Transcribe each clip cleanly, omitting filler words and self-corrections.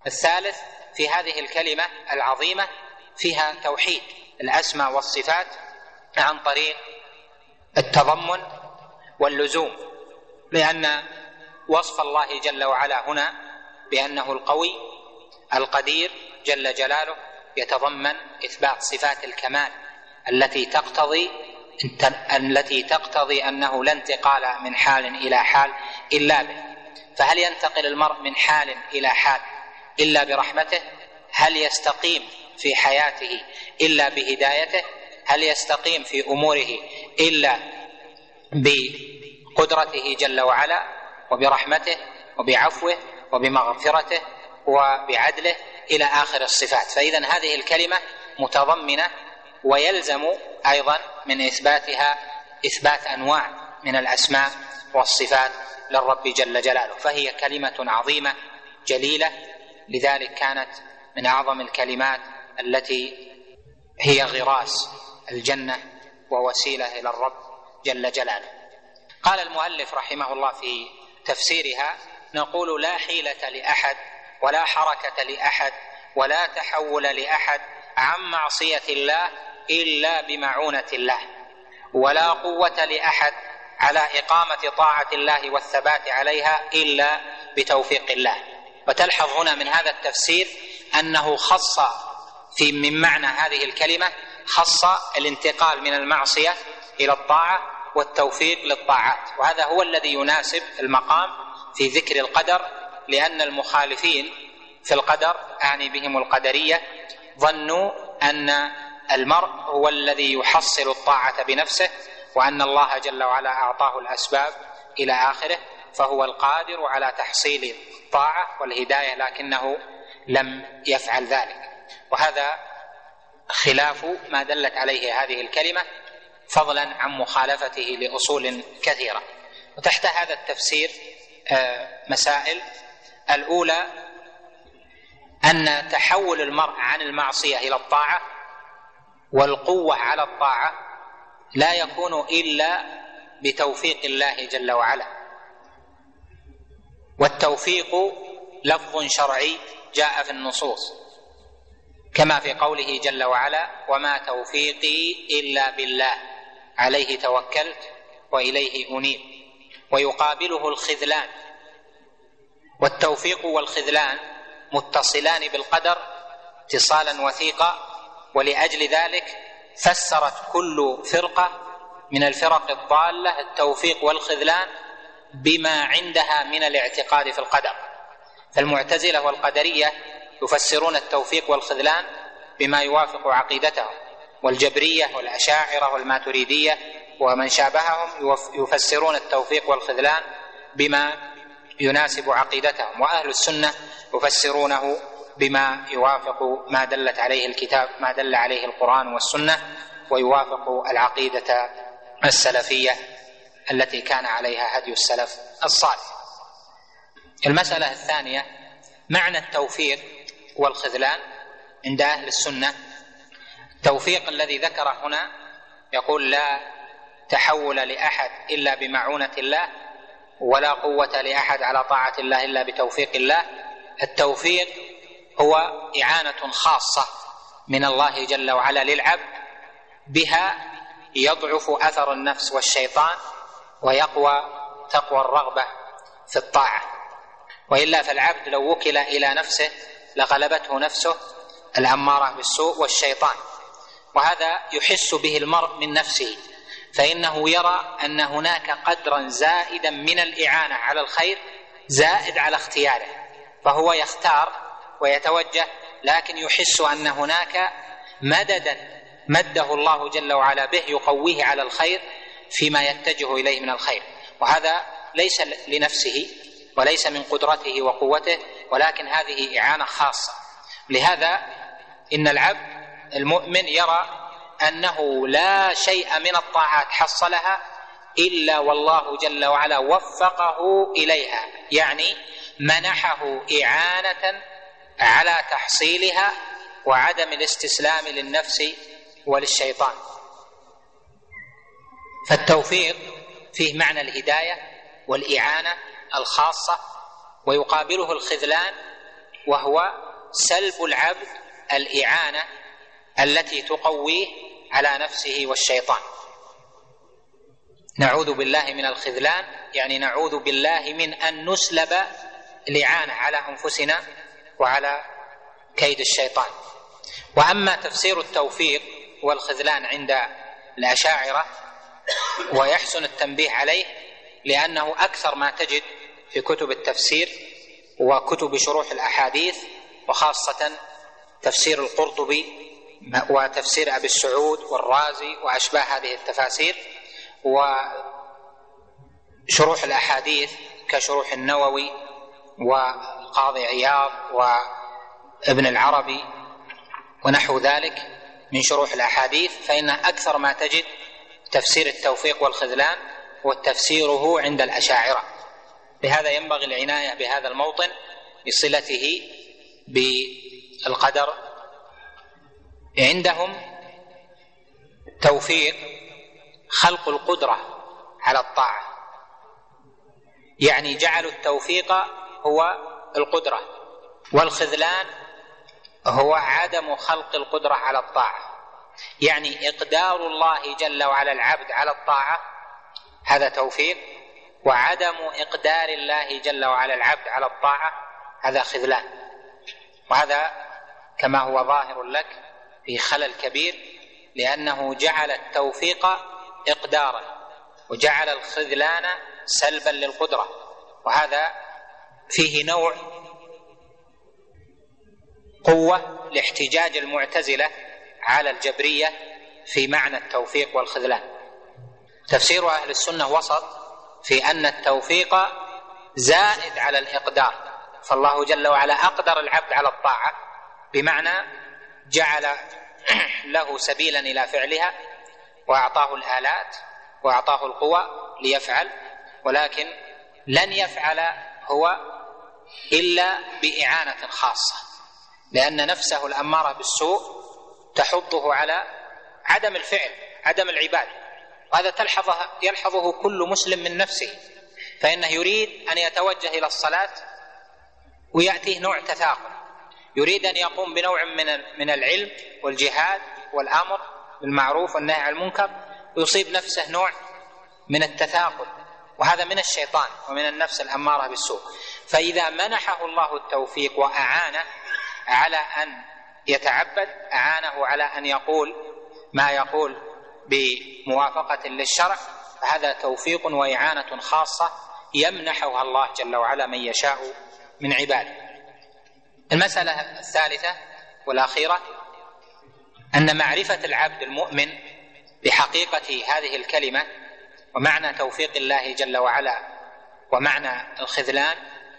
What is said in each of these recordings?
الثالث في هذه الكلمة العظيمة فيها توحيد الأسماء والصفات عن طريق التضمن واللزوم، لأن وصف الله جل وعلا هنا بأنه القوي القدير جل جلاله يتضمن إثبات صفات الكمال التي تقتضي أنه لا انتقال من حال إلى حال إلا به. فهل ينتقل المرء من حال إلى حال إلا برحمته؟ هل يستقيم في حياته إلا بهدايته؟ هل يستقيم في أموره إلا بقدرته جل وعلا وبرحمته وبعفوه وبمغفرته وبعدله إلى آخر الصفات؟ فإذن هذه الكلمة متضمنة، ويلزم أيضا من إثباتها إثبات أنواع من الأسماء والصفات للرب جل جلاله، فهي كلمة عظيمة جليلة، لذلك كانت من أعظم الكلمات التي هي غراس الجنة ووسيلة إلى الرب جل جلاله. قال المؤلف رحمه الله في تفسيرها: نقول لا حيلة لأحد ولا حركة لأحد ولا تحول لأحد عن معصية الله إلا بمعونة الله، ولا قوة لأحد على إقامة طاعة الله والثبات عليها إلا بتوفيق الله. وتلحظ هنا من هذا التفسير أنه خص من معنى هذه الكلمة خص الانتقال من المعصية إلى الطاعة والتوفيق للطاعات، وهذا هو الذي يناسب المقام في ذكر القدر، لأن المخالفين في القدر أعني بهم القدرية ظنوا أن المرء هو الذي يحصل الطاعة بنفسه، وأن الله جل وعلا أعطاه الأسباب إلى آخره، فهو القادر على تحصيل الطاعة والهداية، لكنه لم يفعل ذلك. وهذا خلاف ما دلت عليه هذه الكلمة، فضلا عن مخالفته لأصول كثيرة. وتحت هذا التفسير مسائل: الأولى أن تحول المرء عن المعصية إلى الطاعة والقوة على الطاعة لا يكون إلا بتوفيق الله جل وعلا، والتوفيق لفظ شرعي جاء في النصوص، كما في قوله جل وعلا: وما توفيقي إلا بالله عليه توكلت وإليه أنيب. ويقابله الخذلان، والتوفيق والخذلان متصلان بالقدر اتصالا وثيقا، ولأجل ذلك فسرت كل فرقة من الفرق الضالة التوفيق والخذلان بما عندها من الاعتقاد في القدر. فالمعتزلة والقدرية يفسرون التوفيق والخذلان بما يوافق عقيدتهم، والجبرية والأشاعرة والماتريدية ومن شابههم يفسرون التوفيق والخذلان بما يناسب عقيدتهم، وأهل السنة يفسرونه بما يوافق ما دلت عليه الكتاب، ما دل عليه القرآن والسنة، ويوافق العقيدة السلفية التي كان عليها هدي السلف الصالح. المسألة الثانية: معنى التوفيق والخذلان عند أهل السنة. التوفيق الذي ذكره هنا يقول: لا تحول لأحد إلا بمعونة الله، ولا قوة لأحد على طاعة الله إلا بتوفيق الله. التوفيق هو إعانة خاصة من الله جل وعلا للعبد، بها يضعف أثر النفس والشيطان ويقوى تقوى الرغبة في الطاعة، وإلا فالعبد لو وكل إلى نفسه لغلبته نفسه الأمارة بالسوء والشيطان، وهذا يحس به المرء من نفسه، فإنه يرى أن هناك قدرا زائدا من الإعانة على الخير زائد على اختياره، فهو يختار ويتوجه، لكن يحس أن هناك مددا مده الله جل وعلا به يقويه على الخير فيما يتجه إليه من الخير، وهذا ليس لنفسه وليس من قدرته وقوته، ولكن هذه إعانة خاصة. لهذا إن العبد المؤمن يرى أنه لا شيء من الطاعات حصلها إلا والله جل وعلا وفقه إليها، يعني منحه إعانة على تحصيلها وعدم الاستسلام للنفس وللشيطان. فالتوفيق فيه معنى الهداية والإعانة الخاصة، ويقابله الخذلان وهو سلب العبد الإعانة التي تقويه على نفسه والشيطان. نعوذ بالله من الخذلان، يعني نعوذ بالله من أن نسلب الإعانة على أنفسنا وعلى كيد الشيطان. وأما تفسير التوفيق والخذلان عند الأشاعرة ويحسن التنبيه عليه، لأنه أكثر ما تجد في كتب التفسير وكتب شروح الأحاديث، وخاصة تفسير القرطبي وتفسير أبي السعود والرازي وأشباه هذه التفاسير، وشروح الأحاديث كشروح النووي وقاضي عياض وابن العربي ونحو ذلك من شروح الأحاديث، فإن أكثر ما تجد تفسير التوفيق والخذلان وتفسيره عند الأشاعرة. لهذا ينبغي العناية بهذا الموطن بصلته بالقدر. عندهم توفيق خلق القدرة على الطاعة، يعني جعلوا التوفيق هو القدرة، والخذلان هو عدم خلق القدرة على الطاعة، يعني إقدار الله جل وعلا العبد على الطاعة هذا توفيق، وعدم إقدار الله جل وعلا العبد على الطاعة هذا خذلان. وهذا كما هو ظاهر لك في خلل كبير، لأنه جعل التوفيق إقدارا وجعل الخذلان سلبا للقدرة، وهذا فيه نوع قوة لاحتجاج المعتزلة على الجبرية في معنى التوفيق والخذلان. تفسير أهل السنة وسط في أن التوفيق زائد على الإقدار، فالله جل وعلا أقدر العبد على الطاعة بمعنى جعل له سبيلا إلى فعلها وأعطاه الآلات وأعطاه القوى ليفعل، ولكن لن يفعل هو إلا بإعانة خاصة، لأن نفسه الأمارة بالسوء تحضه على عدم الفعل، عدم العبادة. وهذا يلحظه كل مسلم من نفسه، فإنه يريد أن يتوجه إلى الصلاة ويأتيه نوع تثاقل، يريد أن يقوم بنوع من العلم والجهاد والأمر بالمعروف والنهي عن المنكر، ويصيب نفسه نوع من التثاقل، وهذا من الشيطان ومن النفس الأمارة بالسوء. فإذا منحه الله التوفيق وأعانه على أن يتعبد، أعانه على أن يقول ما يقول بموافقة للشرع، فهذا توفيق وإعانة خاصة يمنحها الله جل وعلا من يشاء من عباده. المسألة الثالثة والأخيرة أن معرفة العبد المؤمن بحقيقة هذه الكلمة ومعنى توفيق الله جل وعلا ومعنى الخذلان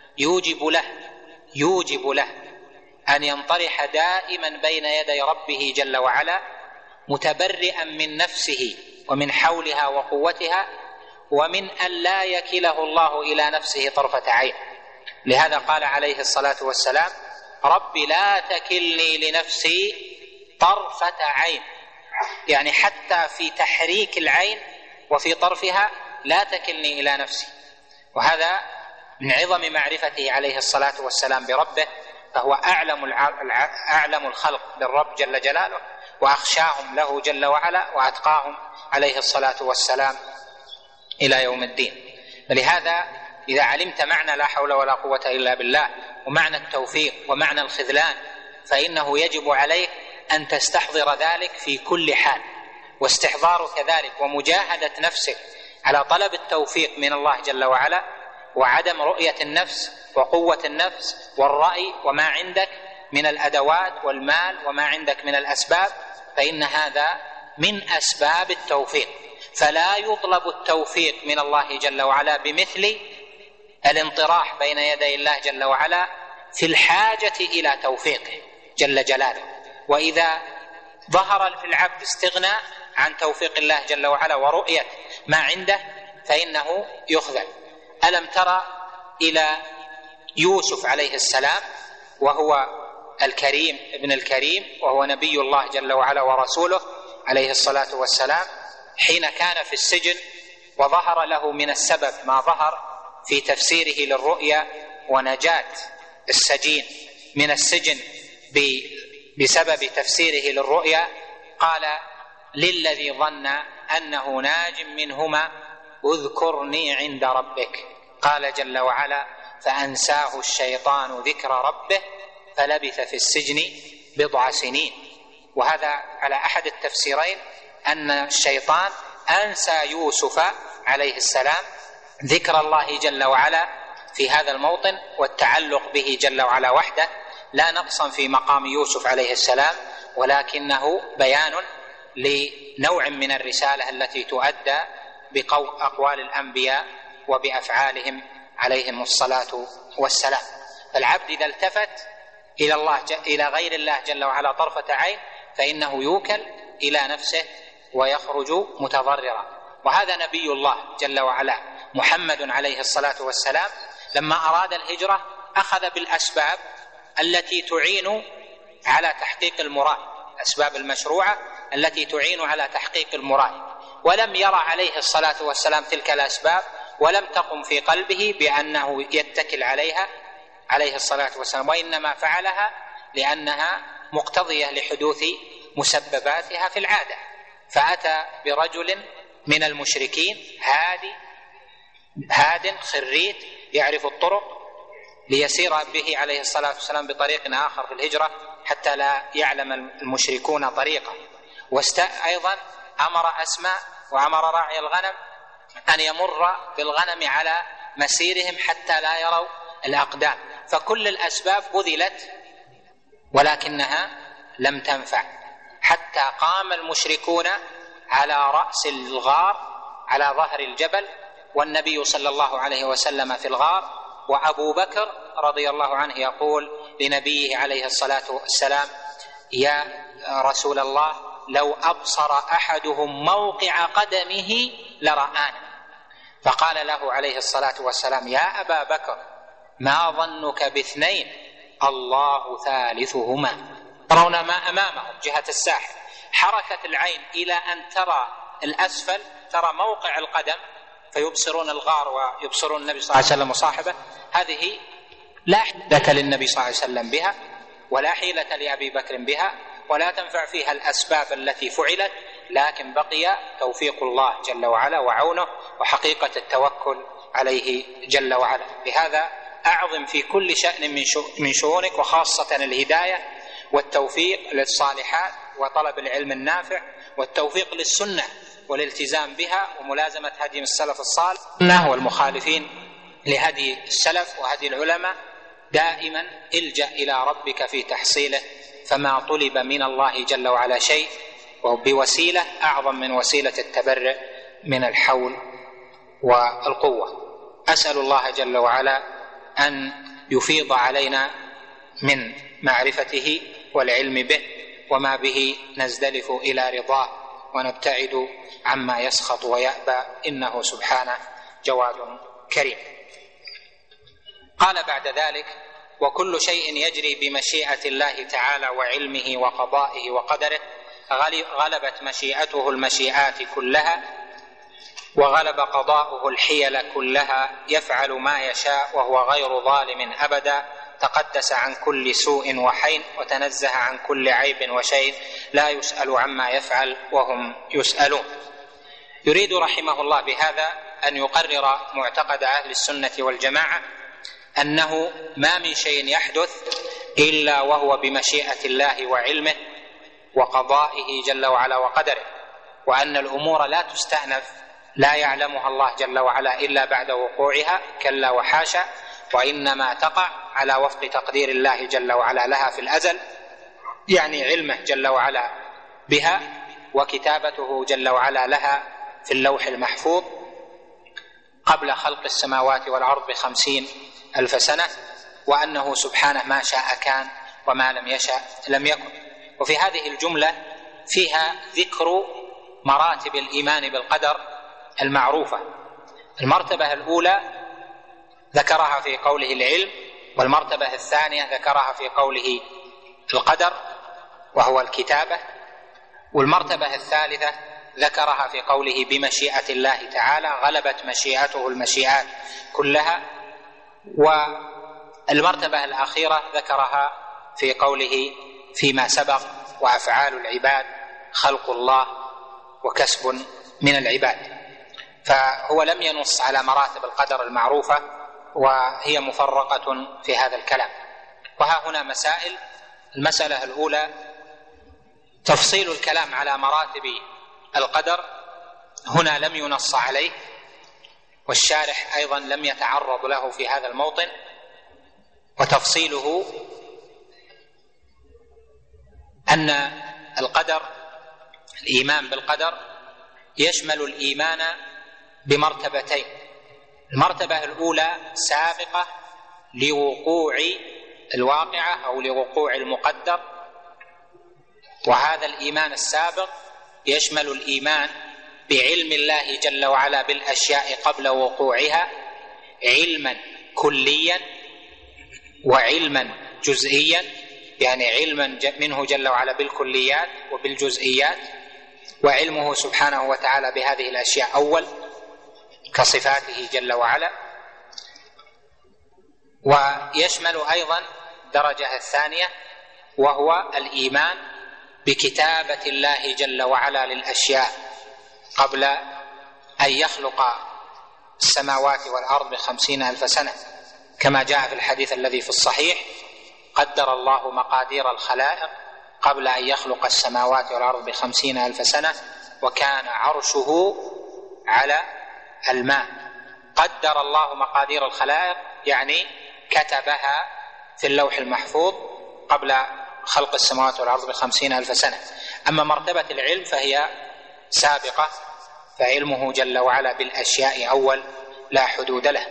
يوجب له أن ينطرح دائما بين يدي ربه جل وعلا متبرئا من نفسه ومن حولها وقوتها، ومن أن لا يكله الله إلى نفسه طرفة عين. لهذا قال عليه الصلاة والسلام: رب لا تكلني لنفسي طرفة عين، يعني حتى في تحريك العين وفي طرفها لا تكلني إلى نفسي. وهذا من عظم معرفته عليه الصلاة والسلام بربه، فهو أعلم الخلق بالرب جل جلاله وأخشاهم له جل وعلا وأتقاهم عليه الصلاة والسلام إلى يوم الدين. فلهذا إذا علمت معنى لا حول ولا قوة إلا بالله ومعنى التوفيق ومعنى الخذلان، فإنه يجب عليك أن تستحضر ذلك في كل حال، واستحضارك ذلك ومجاهدة نفسك على طلب التوفيق من الله جل وعلا، وعدم رؤية النفس وقوة النفس والرأي وما عندك من الأدوات والمال وما عندك من الأسباب، فإن هذا من أسباب التوفيق. فلا يطلب التوفيق من الله جل وعلا بمثل الانطراح بين يدي الله جل وعلا في الحاجة إلى توفيقه جل جلاله. وإذا ظهر في العبد استغناء عن توفيق الله جل وعلا ورؤية ما عنده فإنه يخذل. ألم ترى إلى يوسف عليه السلام وهو الكريم ابن الكريم وهو نبي الله جل وعلا ورسوله عليه الصلاة والسلام، حين كان في السجن وظهر له من السبب ما ظهر في تفسيره للرؤيا ونجاة السجين من السجن بسبب تفسيره للرؤيا قال للذي ظن أنه ناج منهما اذكرني عند ربك، قال جل وعلا فأنساه الشيطان ذكر ربه فلبث في السجن بضع سنين. وهذا على أحد التفسيرين، أن الشيطان أنسى يوسف عليه السلام ذكر الله جل وعلا في هذا الموطن والتعلق به جل وعلا وحده، لا نقصا في مقام يوسف عليه السلام، ولكنه بيان لنوع من الرسالة التي تؤدى بأقوال الأنبياء وبأفعالهم عليهم الصلاة والسلام. فالعبد إذا التفت إلى غير الله جل وعلا طرفة عين فإنه يوكل إلى نفسه ويخرج متضررا. وهذا نبي الله جل وعلا محمد عليه الصلاة والسلام لما أراد الهجرة أخذ بالأسباب التي تعين على تحقيق المراد، الأسباب المشروعة التي تعين على تحقيق المراد، ولم يرى عليه الصلاة والسلام تلك الأسباب، ولم تقم في قلبه بأنه يتكل عليها عليه الصلاة والسلام، وإنما فعلها لأنها مقتضية لحدوث مسبباتها في العادة. فأتى برجل من المشركين هاد خريت يعرف الطرق ليسير به عليه الصلاة والسلام بطريق آخر في الهجرة حتى لا يعلم المشركون طريقه. أيضا أمر أسماء وأمر راعي الغنم أن يمر بالغنم على مسيرهم حتى لا يروا الأقدام. فكل الأسباب بذلت ولكنها لم تنفع، حتى قام المشركون على رأس الغار على ظهر الجبل، والنبي صلى الله عليه وسلم في الغار، وأبو بكر رضي الله عنه يقول لنبيه عليه الصلاة والسلام يا رسول الله لو أبصر أحدهم موقع قدمه لرآنا. فقال له عليه الصلاة والسلام يا أبا بكر ما ظنك باثنين الله ثالثهما. ترون ما أمامهم جهة الساحل، حركة العين إلى أن ترى الأسفل، ترى موقع القدم فيبصرون الغار ويبصرون النبي صلى الله عليه وسلم وصاحبه. هذه لا حيلة للنبي صلى الله عليه وسلم بها ولا حيلة لأبي بكر بها، ولا تنفع فيها الأسباب التي فعلت، لكن بقي توفيق الله جل وعلا وعونه وحقيقة التوكل عليه جل وعلا. بهذا أعظم في كل شأن من شؤونك، وخاصة الهداية والتوفيق للصالحات وطلب العلم النافع والتوفيق للسنة والالتزام بها وملازمة هدي السلف الصالح والمخالفين لهدي السلف وهدي العلماء. دائما الجأ إلى ربك في تحصيله، فما طلب من الله جل وعلا شيء وبوسيلة أعظم من وسيلة التبرع من الحول والقوة. أسأل الله جل وعلا أن يفيض علينا من معرفته والعلم به وما به نزدلف إلى رضاه ونبتعد عما يسخط ويأبى، إنه سبحانه جواد كريم. قال بعد ذلك وكل شيء يجري بمشيئة الله تعالى وعلمه وقضائه وقدره، غلبت مشيئته المشيئات كلها وغلب قضاؤه الحيل كلها، يفعل ما يشاء وهو غير ظالم أبدا، تقدس عن كل سوء وحين وتنزه عن كل عيب وشين، لا يسأل عما يفعل وهم يسألون. يريد رحمه الله بهذا أن يقرر معتقد أهل السنة والجماعة أنه ما من شيء يحدث إلا وهو بمشيئة الله وعلمه وقضائه جل وعلا وقدره، وأن الأمور لا تستأنف لا يعلمها الله جل وعلا إلا بعد وقوعها، كلا وحاشا، وإنما تقع على وفق تقدير الله جل وعلا لها في الأزل، يعني علمه جل وعلا بها وكتابته جل وعلا لها في اللوح المحفوظ قبل خلق السماوات والأرض ب50,000 سنة، وأنه سبحانه ما شاء كان وما لم يشأ لم يكن. وفي هذه الجملة فيها ذكر مراتب الإيمان بالقدر المعروفة. المرتبة الأولى ذكرها في قوله العلم، والمرتبة الثانية ذكرها في قوله القدر وهو الكتابة، والمرتبة الثالثة ذكرها في قوله بمشيئة الله تعالى، غلبت مشيئته المشيئات كلها، والمرتبة الأخيرة ذكرها في قوله فيما سبق: وأفعال العباد خلق الله وكسب من العباد. فهو لم ينص على مراتب القدر المعروفة، وهي مفرقة في هذا الكلام. وها هنا مسائل. المسألة الأولى: تفصيل الكلام على مراتب القدر هنا لم ينص عليه، والشارح أيضا لم يتعرض له في هذا الموطن. وتفصيله أن القدر، الإيمان بالقدر، يشمل الإيمان بمرتبتين. المرتبة الأولى سابقة لوقوع الواقعة أو لوقوع المقدر، وهذا الإيمان السابق يشمل الإيمان بعلم الله جل وعلا بالأشياء قبل وقوعها علما كليا وعلما جزئيا، يعني علما منه جل وعلا بالكليات وبالجزئيات، وعلمه سبحانه وتعالى بهذه الأشياء أول كصفاته جل وعلا. ويشمل أيضا الدرجة الثانية، وهو الإيمان بكتابة الله جل وعلا للأشياء قبل أن يخلق السماوات والأرض ب50,000 سنة، كما جاء في الحديث الذي في الصحيح: قدر الله مقادير الخلائق قبل أن يخلق السماوات والأرض ب50,000 سنة، وكان عرشه على الماء. قدر الله مقادير الخلائق يعني كتبها في اللوح المحفوظ قبل خلق السماوات والأرض ب50,000 سنة. أما مرتبة العلم فهي سابقة، فعلمه جل وعلا بالأشياء أول لا حدود له.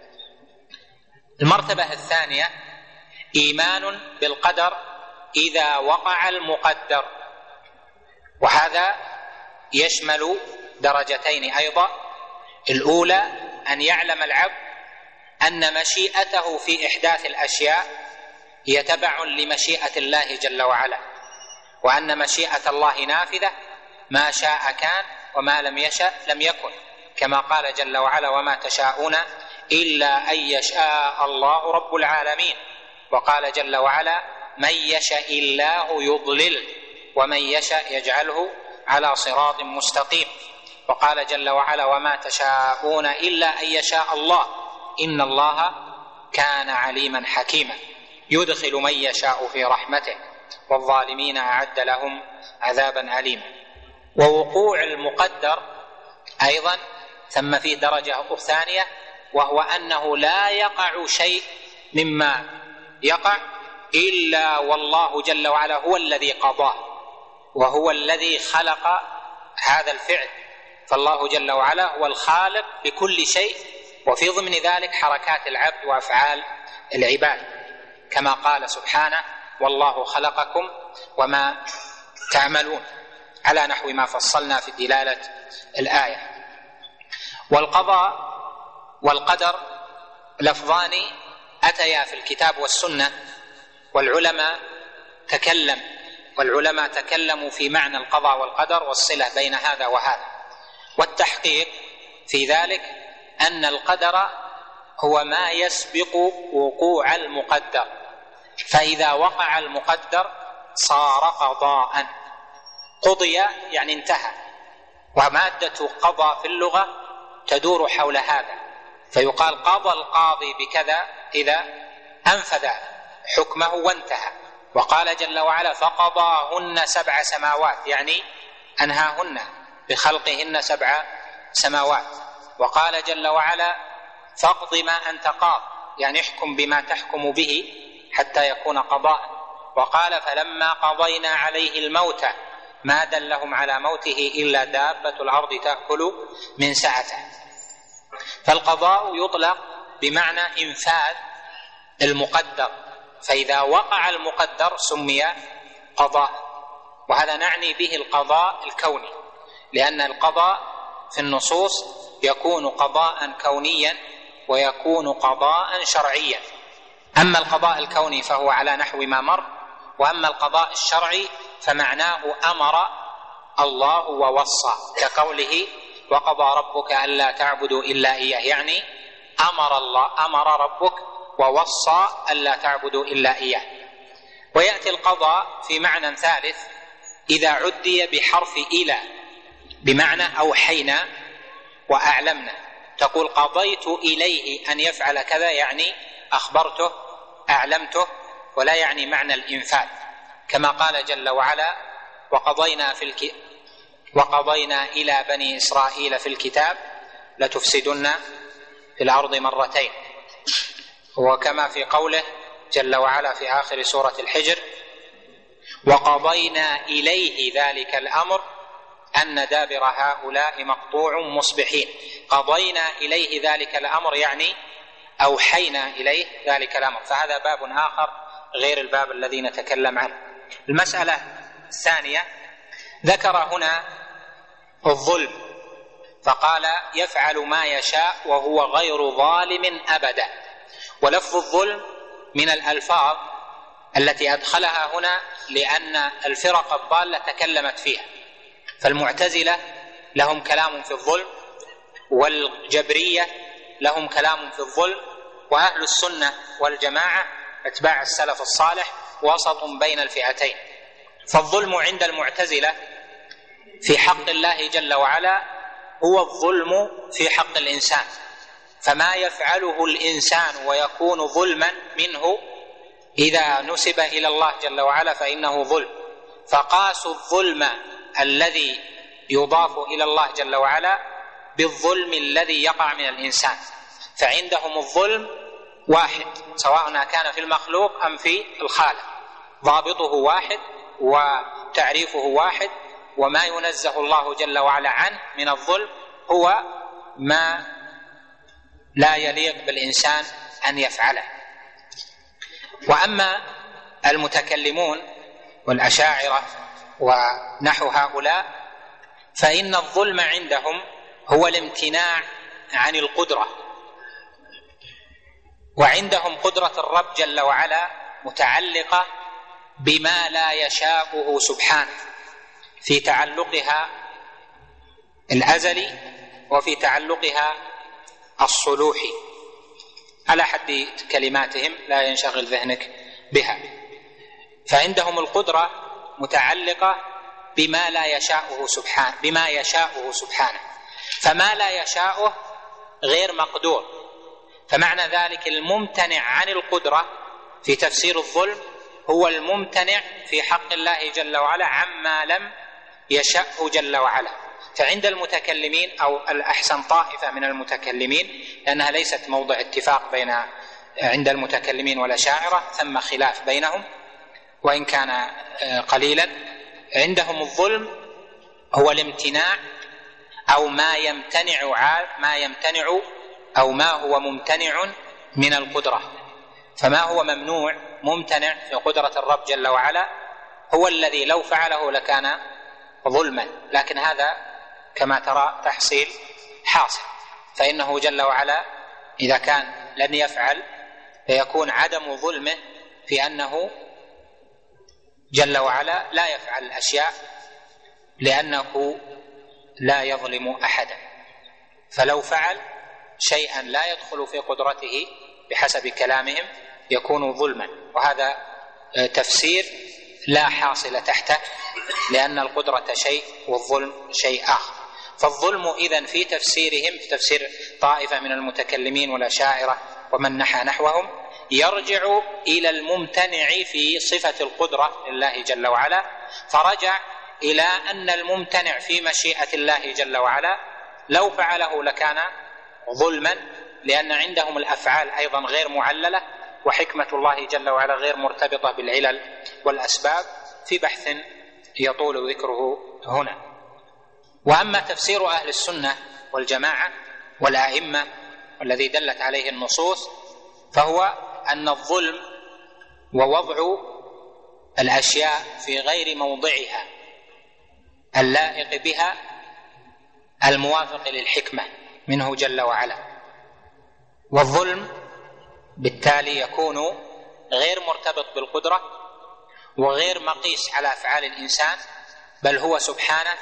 المرتبة الثانية إيمان بالقدر إذا وقع المقدر، وهذا يشمل درجتين أيضا. الأولى أن يعلم العبد أن مشيئته في إحداث الأشياء هي تبع لمشيئة الله جل وعلا، وأن مشيئة الله نافذة، ما شاء كان وما لم يشأ لم يكن، كما قال جل وعلا: وما تشاءون إلا أن يشاء الله رب العالمين. وقال جل وعلا: من يشاء الله يضلل ومن يشاء يجعله على صراط مستقيم. وقال جل وعلا: وما تشاءون إلا أن يشاء الله إن الله كان عليما حكيما يدخل من يشاء في رحمته والظالمين أعد لهم عذابا أليما. ووقوع المقدر أيضا ثم فيه درجة ثانية، وهو أنه لا يقع شيء مما يقع إلا والله جل وعلا هو الذي قضاه، وهو الذي خلق هذا الفعل. فالله جل وعلا هو الخالق بكل شيء، وفي ضمن ذلك حركات العبد وأفعال العباد، كما قال سبحانه: والله خلقكم وما تعملون، على نحو ما فصلنا في دلالة الآية. والقضاء والقدر لفظان أتيا في الكتاب والسنة، والعلماء تكلموا في معنى القضاء والقدر والصلة بين هذا وهذا. والتحقيق في ذلك أن القدر هو ما يسبق وقوع المقدر، فإذا وقع المقدر صار قضاء. قضي يعني انتهى، ومادة قضى في اللغة تدور حول هذا، فيقال قضى القاضي بكذا إذا أنفذ حكمه وانتهى. وقال جل وعلا: فقضاهن 7 سماوات، يعني أنهاهن بخلقهن 7 سماوات. وقال جل وعلا: فاقض ما أنت قاض، يعني احكم بما تحكم به حتى يكون قضاء. وقال: فلما قضينا عليه الموت ما دلهم على موته إلا دابة الأرض تأكل من سعته. فالقضاء يطلق بمعنى إنفاذ المقدر، فإذا وقع المقدر سمي قضاء. وهذا نعني به القضاء الكوني، لأن القضاء في النصوص يكون قضاء كونيا ويكون قضاء شرعيا. أما القضاء الكوني فهو على نحو ما مر، وأما القضاء الشرعي فمعناه أمر الله ووصى، كقوله: وقضى ربك ألا تعبدوا إلا إياه، يعني أمر ربك ووصى ألا تعبدوا إلا إياه. ويأتي القضاء في معنى ثالث إذا عدي بحرف إلى، بمعنى أوحينا وأعلمنا، تقول قضيت إليه أن يفعل كذا، يعني أخبرته أعلمته، ولا يعني معنى الإنفاذ، كما قال جل وعلا وقضينا إلى بني إسرائيل في الكتاب لتفسدن في الأرض مرتين، وكما في قوله جل وعلا في آخر سورة الحجر وقضينا إليه ذلك الأمر أن دابر هؤلاء مقطوع مصبحين. قضينا إليه ذلك الأمر يعني أوحينا إليه ذلك الأمر، فهذا باب آخر غير الباب الذي نتكلم عنه. المسألة الثانية ذكر هنا الظلم، فقال يفعل ما يشاء وهو غير ظالم أبدا. ولفظ الظلم من الألفاظ التي أدخلها هنا لأن الفرق الضالة تكلمت فيها، فالمعتزلة لهم كلام في الظلم، والجبرية لهم كلام في الظلم، وأهل السنة والجماعة أتباع السلف الصالح وسط بين الفئتين. فالظلم عند المعتزلة في حق الله جل وعلا هو الظلم في حق الإنسان، فما يفعله الإنسان ويكون ظلما منه إذا نسب إلى الله جل وعلا فإنه ظلم، فقاسوا الظلم الذي يضاف إلى الله جل وعلا بالظلم الذي يقع من الإنسان، فعندهم الظلم واحد سواء كان في المخلوق أم في الخالق، ضابطه واحد وتعريفه واحد، وما ينزه الله جل وعلا عنه من الظلم هو ما لا يليق بالإنسان أن يفعله. وأما المتكلمون والأشاعرة ونحو هؤلاء فإن الظلم عندهم هو الامتناع عن القدرة، وعندهم قدرة الرب جل وعلا متعلقة بما لا يشاءه سبحانه في تعلقها الأزلي وفي تعلقها الصلوحي على حد كلماتهم لا ينشغل ذهنك بها. فعندهم القدرة متعلقة بما لا يشاءه سبحانه، بما يشاءه سبحانه، فما لا يشاءه غير مقدور. فمعنى ذلك الممتنع عن القدرة في تفسير الظلم هو الممتنع في حق الله جل وعلا عما لم يشأه جل وعلا. فعند المتكلمين أو الأحسن طائفة من المتكلمين، لأنها ليست موضع اتفاق بين عند المتكلمين والأشاعرة، ثم خلاف بينهم وإن كان قليلا، عندهم الظلم هو الامتناع أو ما يمتنع أو ما هو ممتنع من القدرة. فما هو ممنوع ممتنع في قدرة الرب جل وعلا هو الذي لو فعله لكان ظلما، لكن هذا كما ترى تحصيل حاصل، فإنه جل وعلا إذا كان لن يفعل فيكون عدم ظلمه في أنه جل وعلا لا يفعل الأشياء لأنه لا يظلم أحدا، فلو فعل شيئا لا يدخل في قدرته بحسب كلامهم يكون ظلما، وهذا تفسير لا حاصل تحته، لأن القدرة شيء والظلم شيء آخر. فالظلم إذن في تفسيرهم، في تفسير طائفة من المتكلمين والأشاعرة ومن نحى نحوهم، يرجع إلى الممتنع في صفة القدرة لله جل وعلا، فرجع إلى أن الممتنع في مشيئة الله جل وعلا لو فعله لكان ظلما، لأن عندهم الأفعال أيضا غير معللة، وحكمة الله جل وعلا غير مرتبطة بالعلل والأسباب في بحث يطول ذكره هنا. وأما تفسير أهل السنة والجماعة والأئمة والذي دلت عليه النصوص فهو أن الظلم ووضع الأشياء في غير موضعها اللائق بها الموافق للحكمة منه جل وعلا، والظلم بالتالي يكون غير مرتبط بالقدرة وغير مقيس على أفعال الإنسان، بل هو سبحانه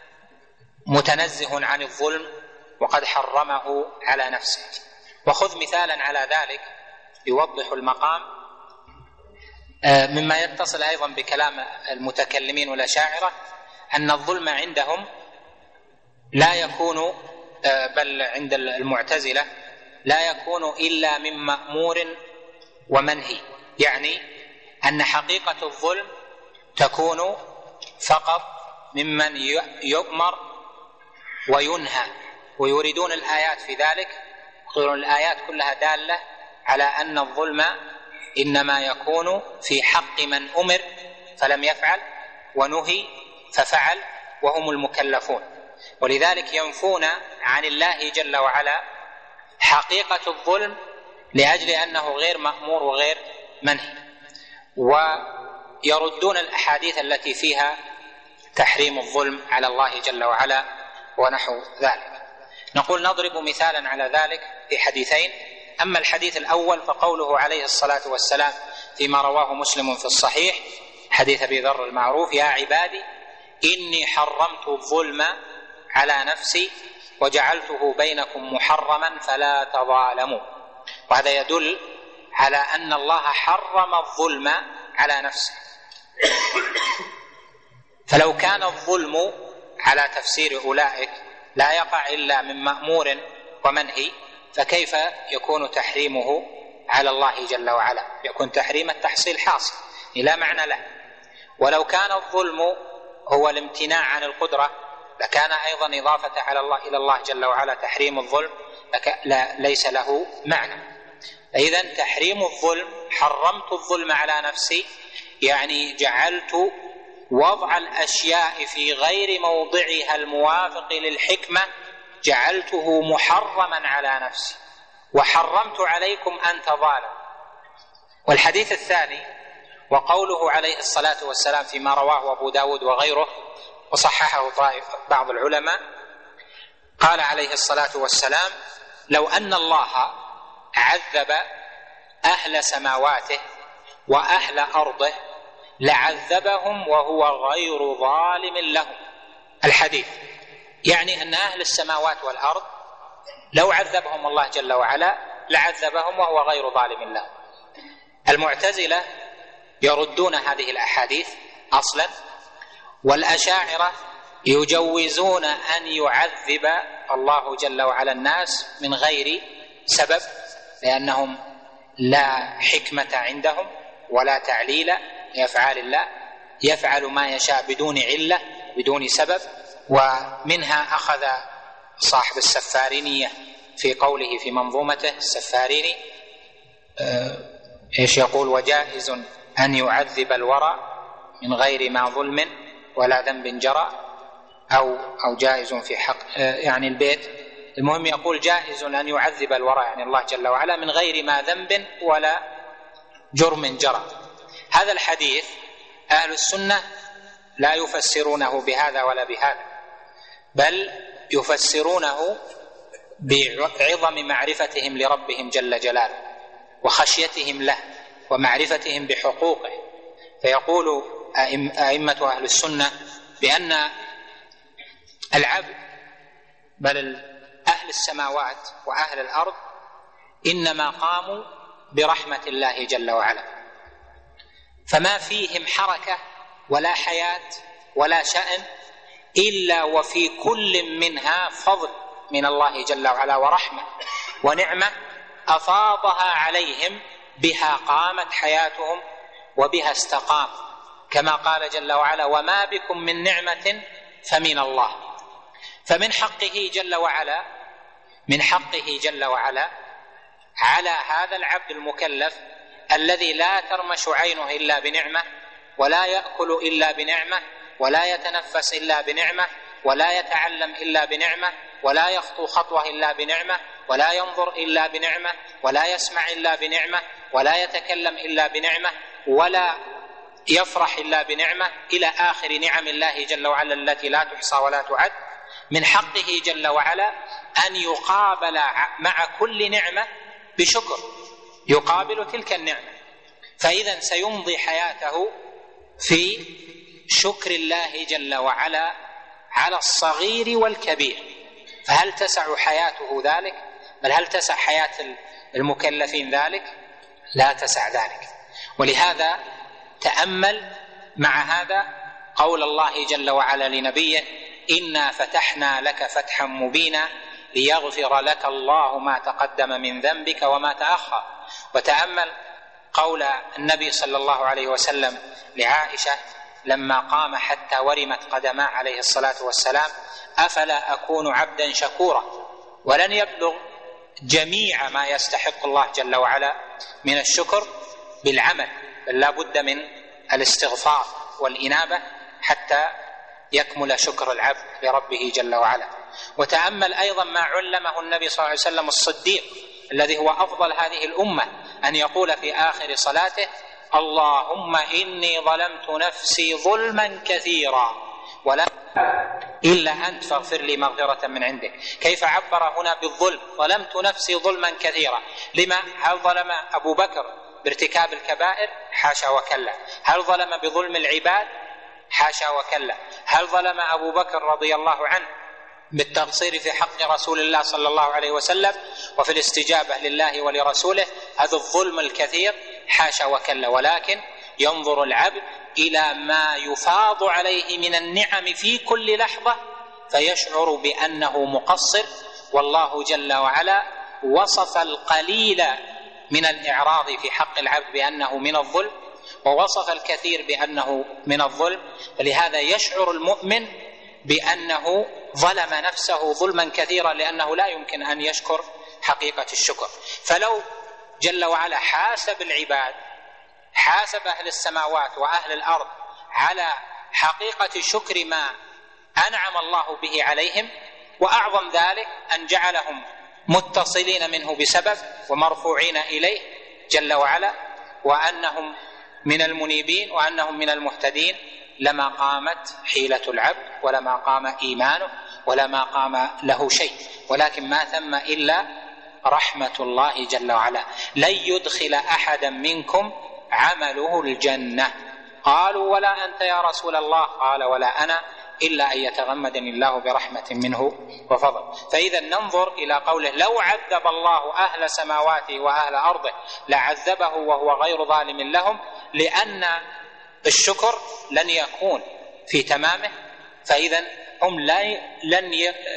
متنزه عن الظلم وقد حرمه على نفسه. وخذ مثالا على ذلك يوضح المقام. مما يتصل أيضا بكلام المتكلمين والأشاعرة أن الظلم عندهم لا يكون، بل عند المعتزلة لا يكون إلا من مأمور ومنهي، يعني أن حقيقة الظلم تكون فقط ممن يؤمر وينهى، ويريدون الآيات في ذلك، يقولون الآيات كلها دالة على أن الظلم إنما يكون في حق من أمر فلم يفعل ونهي ففعل وهم المكلفون، ولذلك ينفون عن الله جل وعلا حقيقة الظلم لأجل أنه غير مأمور وغير منهي، ويردون الأحاديث التي فيها تحريم الظلم على الله جل وعلا ونحو ذلك. نقول نضرب مثالا على ذلك في حديثين. أما الحديث الأول فقوله عليه الصلاة والسلام فيما رواه مسلم في الصحيح حديث أبي ذر المعروف: يا عبادي إني حرمت الظلم على نفسي وجعلته بينكم محرما فلا تظالموا. وهذا يدل على أن الله حرم الظلم على نفسه، فلو كان الظلم على تفسير أولئك لا يقع إلا من مأمور ومنهي، فكيف يكون تحريمه على الله جل وعلا؟ يكون تحريم التحصيل حاصل لا معنى له. ولو كان الظلم هو الامتناع عن القدرة لكان أيضا إضافة على الله إلى الله جل وعلا تحريم الظلم ليس له معنى. إذن تحريم الظلم، حرمت الظلم على نفسي، يعني جعلت وضع الأشياء في غير موضعها الموافق للحكمة جعلته محرما على نفسي، وحرمت عليكم أن تظالموا. والحديث الثاني وقوله عليه الصلاة والسلام فيما رواه أبو داود وغيره وصححه بعض العلماء، قال عليه الصلاة والسلام: لو أن الله عذب أهل سماواته وأهل أرضه لعذبهم وهو غير ظالم لهم. الحديث يعني أن أهل السماوات والأرض لو عذبهم الله جل وعلا لعذبهم وهو غير ظالم لهم. المعتزلة يردون هذه الأحاديث أصلا، والأشاعرة يجوزون أن يعذب الله جل وعلا الناس من غير سبب، لأنهم لا حكمة عندهم ولا تعليل لأفعال الله، يفعل ما يشاء بدون علة بدون سبب. ومنها أخذ صاحب السفارينية في قوله في منظومته السفاريني إيش يقول: وجائز أن يعذب الورى من غير ما ظلم ولا ذنب جرى، أو جائز في حق يعني البيت. المهم يقول جائز أن يعذب الورى يعني الله جل وعلا من غير ما ذنب ولا جرم جرى. هذا الحديث أهل السنة لا يفسرونه بهذا ولا بهذا، بل يفسرونه بعظم معرفتهم لربهم جل جلاله وخشيتهم له ومعرفتهم بحقوقه. فيقول أئمة أهل السنة بأن العبد بل أهل السماوات وأهل الأرض إنما قاموا برحمة الله جل وعلا، فما فيهم حركة ولا حياة ولا شأن إلا وفي كل منها فضل من الله جل وعلا ورحمة ونعمة أفاضها عليهم، بها قامت حياتهم وبها استقام، كما قال جل وعلا: وما بكم من نعمة فمن الله. فمن حقه جل وعلا على هذا العبد المكلف الذي لا ترمش عينه إلا بنعمة، ولا يأكل إلا بنعمة، ولا يتنفس إلا بنعمة، ولا يتعلم إلا بنعمة، ولا يخطو خطوة إلا بنعمة، ولا ينظر إلا بنعمة، ولا يسمع إلا بنعمة، ولا يتكلم إلا بنعمة، ولا يفرح إلا بنعمة، إلى آخر نعم الله جل وعلا التي لا تحصى ولا تعد. من حقه جل وعلا أن يقابل مع كل نعمة بشكر يقابل تلك النعمة، فإذا سيمضي حياته في شكر الله جل وعلا على الصغير والكبير. فهل تسع حياته ذلك؟ بل هل تسع حياة المكلفين ذلك؟ لا تسع ذلك. ولهذا تأمل مع هذا قول الله جل وعلا لنبيه: إنا فتحنا لك فتحا مبينا ليغفر لك الله ما تقدم من ذنبك وما تأخر. وتأمل قول النبي صلى الله عليه وسلم لعائشة لما قام حتى ورمت قدماه عليه الصلاة والسلام: أفلا أكون عبدا شكورا. ولن يبلغ جميع ما يستحق الله جل وعلا من الشكر بالعمل، بل لا بد من الاستغفار والإنابة حتى يكمل شكر العبد لربه جل وعلا. وتأمل أيضا ما علمه النبي صلى الله عليه وسلم الصديق الذي هو أفضل هذه الأمة، أن يقول في آخر صلاته: اللهم إني ظلمت نفسي ظلما كثيرا ولا إلا أنت فاغفر لي مغفرة من عندك. كيف عبر هنا بالظلم؟ ظلمت نفسي ظلما كثيرا. لما؟ هل ظلم أبو بكر بارتكاب الكبائر؟ حاشا وكلا. هل ظلم بظلم العباد؟ حاشا وكلا. هل ظلم أبو بكر رضي الله عنه بالتقصير في حق رسول الله صلى الله عليه وسلم وفي الاستجابة لله ولرسوله هذا الظلم الكثير؟ حاشا وكلا. ولكن ينظر العبد إلى ما يفاض عليه من النعم في كل لحظة فيشعر بأنه مقصر. والله جل وعلا وصف القليل من الإعراض في حق العبد بأنه من الظلم، ووصف الكثير بأنه من الظلم. فلهذا يشعر المؤمن بأنه ظلم نفسه ظلما كثيرا، لأنه لا يمكن أن يشكر حقيقة الشكر. فلو جل وعلا حاسب العباد، حاسب أهل السماوات وأهل الأرض على حقيقة شكر ما أنعم الله به عليهم، وأعظم ذلك أن جعلهم متصلين منه بسبب ومرفوعين إليه جل وعلا، وأنهم من المنيبين وأنهم من المهتدين، لما قامت حيلة العبد ولما قام إيمانه ولما قام له شيء. ولكن ما ثم إلا رحمة الله جل وعلا. لن يدخل أحدا منكم عمله الجنة. قالوا ولا أنت يا رسول الله؟ قال ولا أنا إلا أن يتغمدني الله برحمة منه وفضل. فإذا ننظر إلى قوله: لو عذب الله أهل سماواته وأهل أرضه لعذبه وهو غير ظالم لهم، لأن الشكر لن يكون في تمامه، فإذا هم لن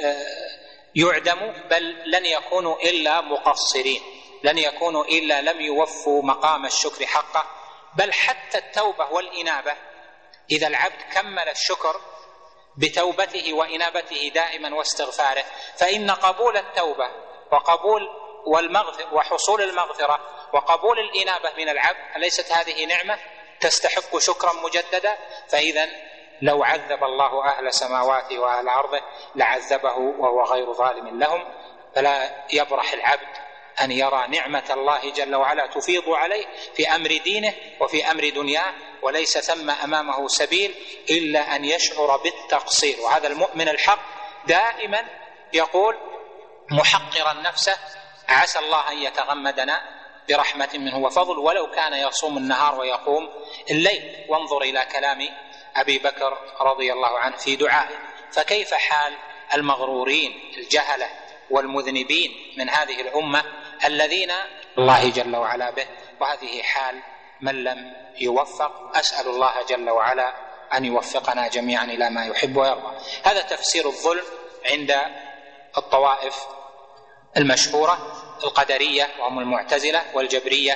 يعدموا، بل لن يكونوا إلا مقصرين، لن يكونوا إلا لم يوفوا مقام الشكر حقه. بل حتى التوبة والإنابة، إذا العبد كمل الشكر بتوبته وإنابته دائما واستغفاره، فإن قبول التوبة وقبول وحصول المغفرة وقبول الإنابة من العبد، أليست هذه نعمة تستحق شكرا مجددا؟ فإذا لو عذب الله أهل سماواته وأهل أرضه لعذبه وهو غير ظالم لهم. فلا يبرح العبد أن يرى نعمة الله جل وعلا تفيض عليه في أمر دينه وفي أمر دنياه، وليس ثم أمامه سبيل إلا أن يشعر بالتقصير. وهذا المؤمن الحق دائما يقول محقرا نفسه: عسى الله أن يتغمدنا برحمة منه وفضل، ولو كان يصوم النهار ويقوم الليل. وانظر إلى كلام أبي بكر رضي الله عنه في دعائه. فكيف حال المغرورين الجهلة والمذنبين من هذه الأمة الذين الله جل وعلا به؟ وهذه حال من لم يوفق. أسأل الله جل وعلا أن يوفقنا جميعا إلى ما يحب ويرضى. هذا تفسير الظلم عند الطوائف المشهورة: القدرية وهم المعتزلة، والجبرية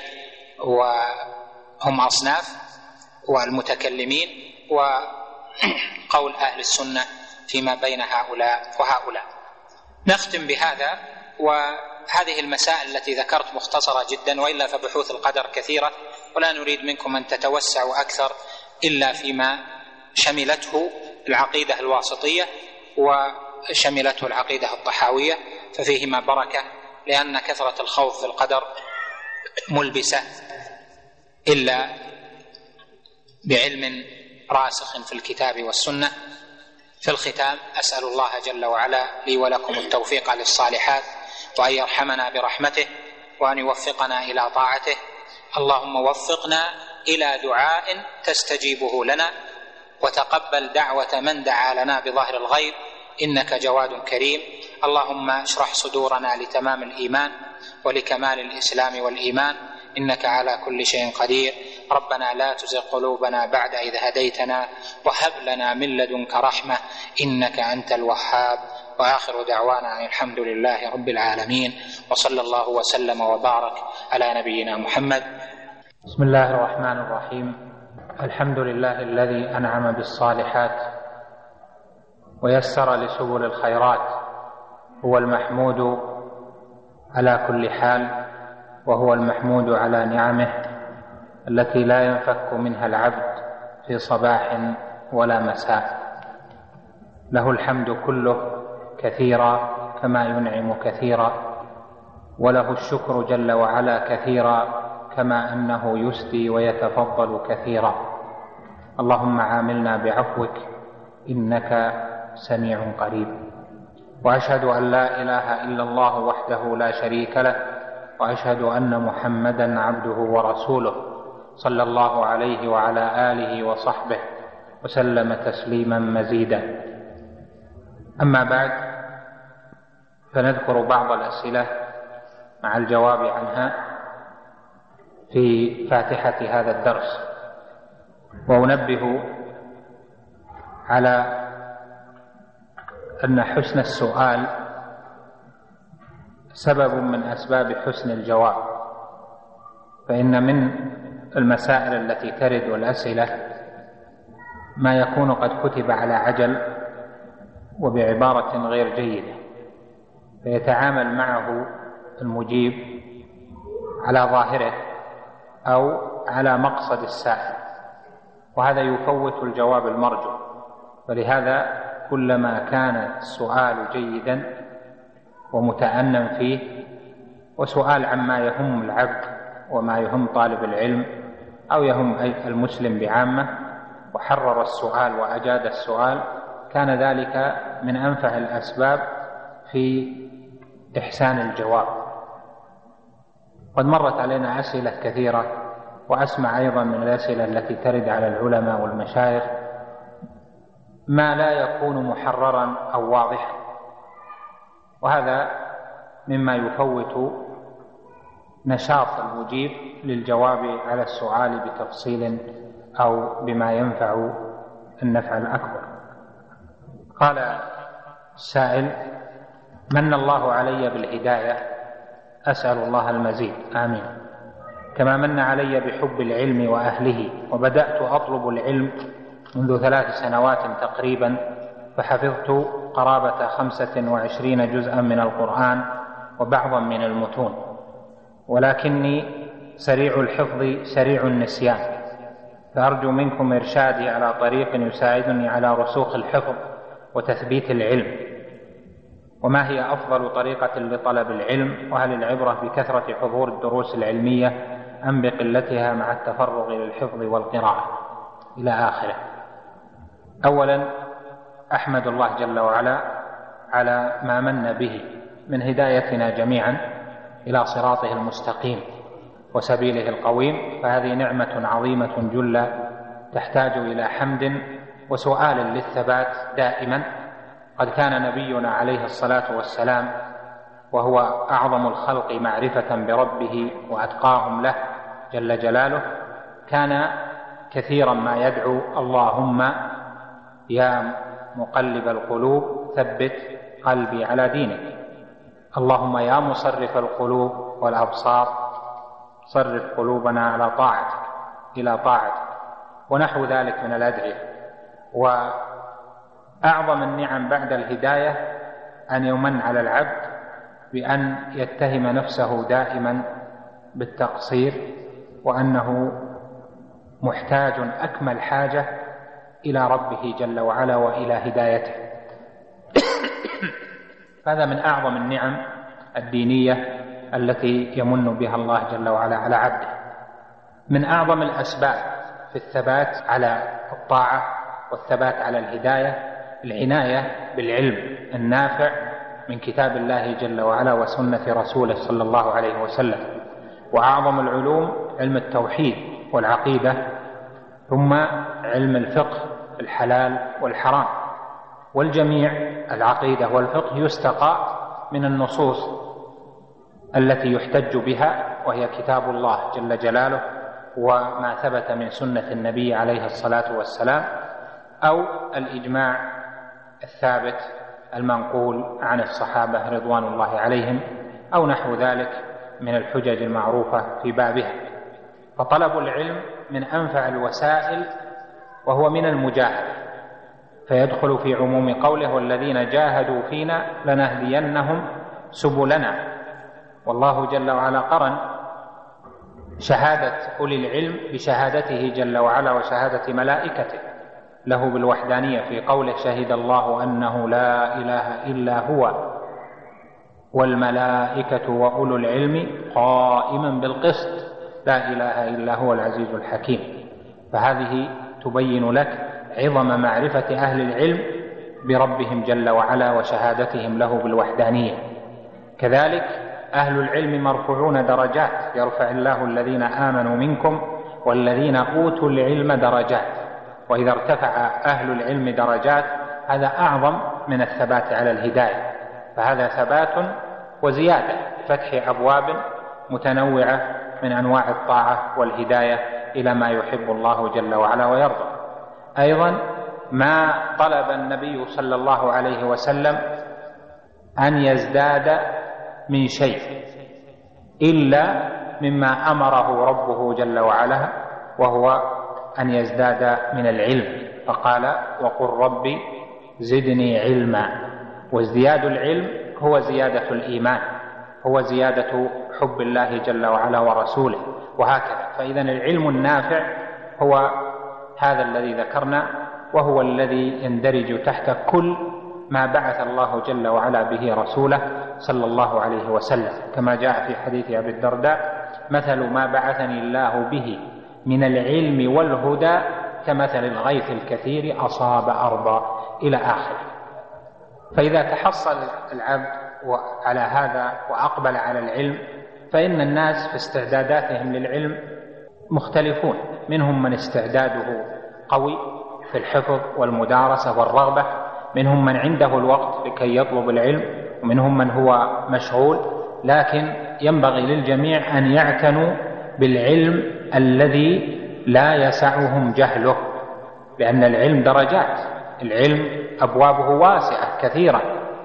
وهم أصناف، والمتكلمين، وقول أهل السنة فيما بين هؤلاء وهؤلاء. نختم بهذا، وهذه المسائل التي ذكرت مختصرة جدا، وإلا فبحوث القدر كثيرة، ولا نريد منكم أن تتوسعوا أكثر إلا فيما شملته العقيدة الواسطية وشملته العقيدة الطحاوية، ففيهما بركة، لأن كثرة الخوض في القدر ملبسة إلا بعلم راسخ في الكتاب والسنة. في الختام أسأل الله جل وعلا لي ولكم التوفيق للصالحات، وأن يرحمنا برحمته، وأن يوفقنا إلى طاعته. اللهم وفقنا إلى دعاء تستجيبه لنا، وتقبل دعوة من دعا لنا بظهر الغيب، إنك جواد كريم. اللهم اشرح صدورنا لتمام الإيمان ولكمال الإسلام والإيمان، إنك على كل شيء قدير. ربنا لا تزغ قلوبنا بعد إذ هديتنا وهب لنا من لدنك رحمة إنك أنت الوهاب. وآخر دعوانا الحمد لله رب العالمين، وصلى الله وسلم وبارك على نبينا محمد. بسم الله الرحمن الرحيم. الحمد لله الذي أنعم بالصالحات ويسر لسبل الخيرات، هو المحمود على كل حال، وهو المحمود على نعمه التي لا ينفك منها العبد في صباح ولا مساء. له الحمد كله كثيرا كما ينعم كثيرا، وله الشكر جل وعلا كثيرا كما أنه يسدي ويتفضل كثيرا. اللهم عاملنا بعفوك إنك سميع قريب. وأشهد أن لا إله إلا الله وحده لا شريك له، وأشهد أن محمدا عبده ورسوله صلى الله عليه وعلى آله وصحبه وسلم تسليما مزيدا. أما بعد، فنذكر بعض الأسئلة مع الجواب عنها في فاتحة هذا الدرس. وأنبه على أن حسن السؤال سبب من أسباب حسن الجواب، فإن من المسائل التي ترد والأسئلة ما يكون قد كتب على عجل وبعبارة غير جيدة، فيتعامل معه المجيب على ظاهره أو على مقصد السائل، وهذا يفوت الجواب المرجو. ولهذا كلما كان السؤال جيدا ومتأنى فيه، وسؤال عما يهم العبد وما يهم طالب العلم أو يهم المسلم بعامة، وحرر السؤال وأجاد السؤال، كان ذلك من أنفع الأسباب في إحسان الجواب. قد مرت علينا أسئلة كثيرة، وأسمع أيضا من الأسئلة التي ترد على العلماء والمشايخ ما لا يكون محررا أو واضحا، وهذا مما يفوت نشاط المجيب للجواب على السؤال بتفصيل أو بما ينفع النفع الأكبر. قال السائل: من الله علي بالهداية، أسأل الله المزيد، آمين. كما من علي بحب العلم وأهله، وبدأت أطلب العلم منذ 3 سنوات تقريبا، فحفظت قرابة 25 جزءا من القرآن وبعضا من المتون، ولكني سريع الحفظ سريع النسيان، فأرجو منكم إرشادي على طريق يساعدني على رسوخ الحفظ وتثبيت العلم. وما هي أفضل طريقة لطلب العلم؟ وهل العبرة بكثرة حضور الدروس العلمية أم بقلتها مع التفرغ للحفظ والقراءة؟ إلى آخره. أولا، أحمد الله جل وعلا على ما من به من هدايتنا جميعا إلى صراطه المستقيم وسبيله القويم، فهذه نعمة عظيمة جلة تحتاج إلى حمد وسؤال للثبات دائما. قد كان نبينا عليه الصلاة والسلام، وهو أعظم الخلق معرفة بربه وأتقاهم له جل جلاله، كان كثيرا ما يدعو: اللهم يا مقلب القلوب ثبت قلبي على دينك، اللهم يا مصرف القلوب والأبصار صرف قلوبنا على طاعتك إلى طاعتك، ونحو ذلك من الأدعية. وأعظم النعم بعد الهداية أن يمن على العبد بأن يتهم نفسه دائما بالتقصير، وأنه محتاج أكمل حاجة إلى ربه جل وعلا وإلى هدايته. هذا من أعظم النعم الدينية التي يمن بها الله جل وعلا على عبده. من أعظم الأسباب في الثبات على الطاعة والثبات على الهداية العناية بالعلم النافع من كتاب الله جل وعلا وسنة رسوله صلى الله عليه وسلم. وأعظم العلوم علم التوحيد والعقيدة، ثم علم الفقه الحلال والحرام، والجميع العقيدة والفقه يستقى من النصوص التي يحتج بها، وهي كتاب الله جل جلاله وما ثبت من سنة النبي عليه الصلاة والسلام، أو الإجماع الثابت المنقول عن الصحابة رضوان الله عليهم، أو نحو ذلك من الحجج المعروفة في بابها. فطلب العلم من أنفع الوسائل، وهو من المجاهدة، فيدخل في عموم قوله: والذين جاهدوا فينا لنهدينهم سبلنا. والله جل وعلا قرن شهادة أولي العلم بشهادته جل وعلا وشهادة ملائكته له بالوحدانية في قوله: شهد الله أنه لا إله إلا هو والملائكة وأولو العلم قائما بالقسط لا إله إلا هو العزيز الحكيم. فهذه تبين لك عظم معرفة أهل العلم بربهم جل وعلا وشهادتهم له بالوحدانية. كذلك أهل العلم مرفوعون درجات، يرفع الله الذين آمنوا منكم والذين أوتوا العلم درجات. وإذا ارتفع أهل العلم درجات هذا أعظم من الثبات على الهداية، فهذا ثبات وزيادة، فتح أبواب متنوعة من أنواع الطاعة والهداية إلى ما يحب الله جل وعلا ويرضى. أيضا ما طلب النبي صلى الله عليه وسلم أن يزداد من شيء إلا مما أمره ربه جل وعلا، وهو أن يزداد من العلم، فقال: وقل ربي زدني علما. وازدياد العلم هو زيادة الإيمان، هو زيادة حب الله جل وعلا ورسوله، وهكذا. فإذا العلم النافع هو هذا الذي ذكرنا، وهو الذي يندرج تحت كل ما بعث الله جل وعلا به رسوله صلى الله عليه وسلم، كما جاء في حديث أبي الدرداء: مثل ما بعثني الله به من العلم والهدى كمثل الغيث الكثير أصاب أرضا، إلى آخره. فإذا تحصل العبد على هذا وأقبل على العلم، فإن الناس في استعداداتهم للعلم مختلفون، منهم من استعداده قوي في الحفظ والمدارسة والرغبة، منهم من عنده الوقت لكي يطلب العلم، ومنهم من هو مشغول. لكن ينبغي للجميع أن يعتنوا بالعلم الذي لا يسعهم جهله، لأن العلم درجات، العلم أبوابه واسعة كثيرة،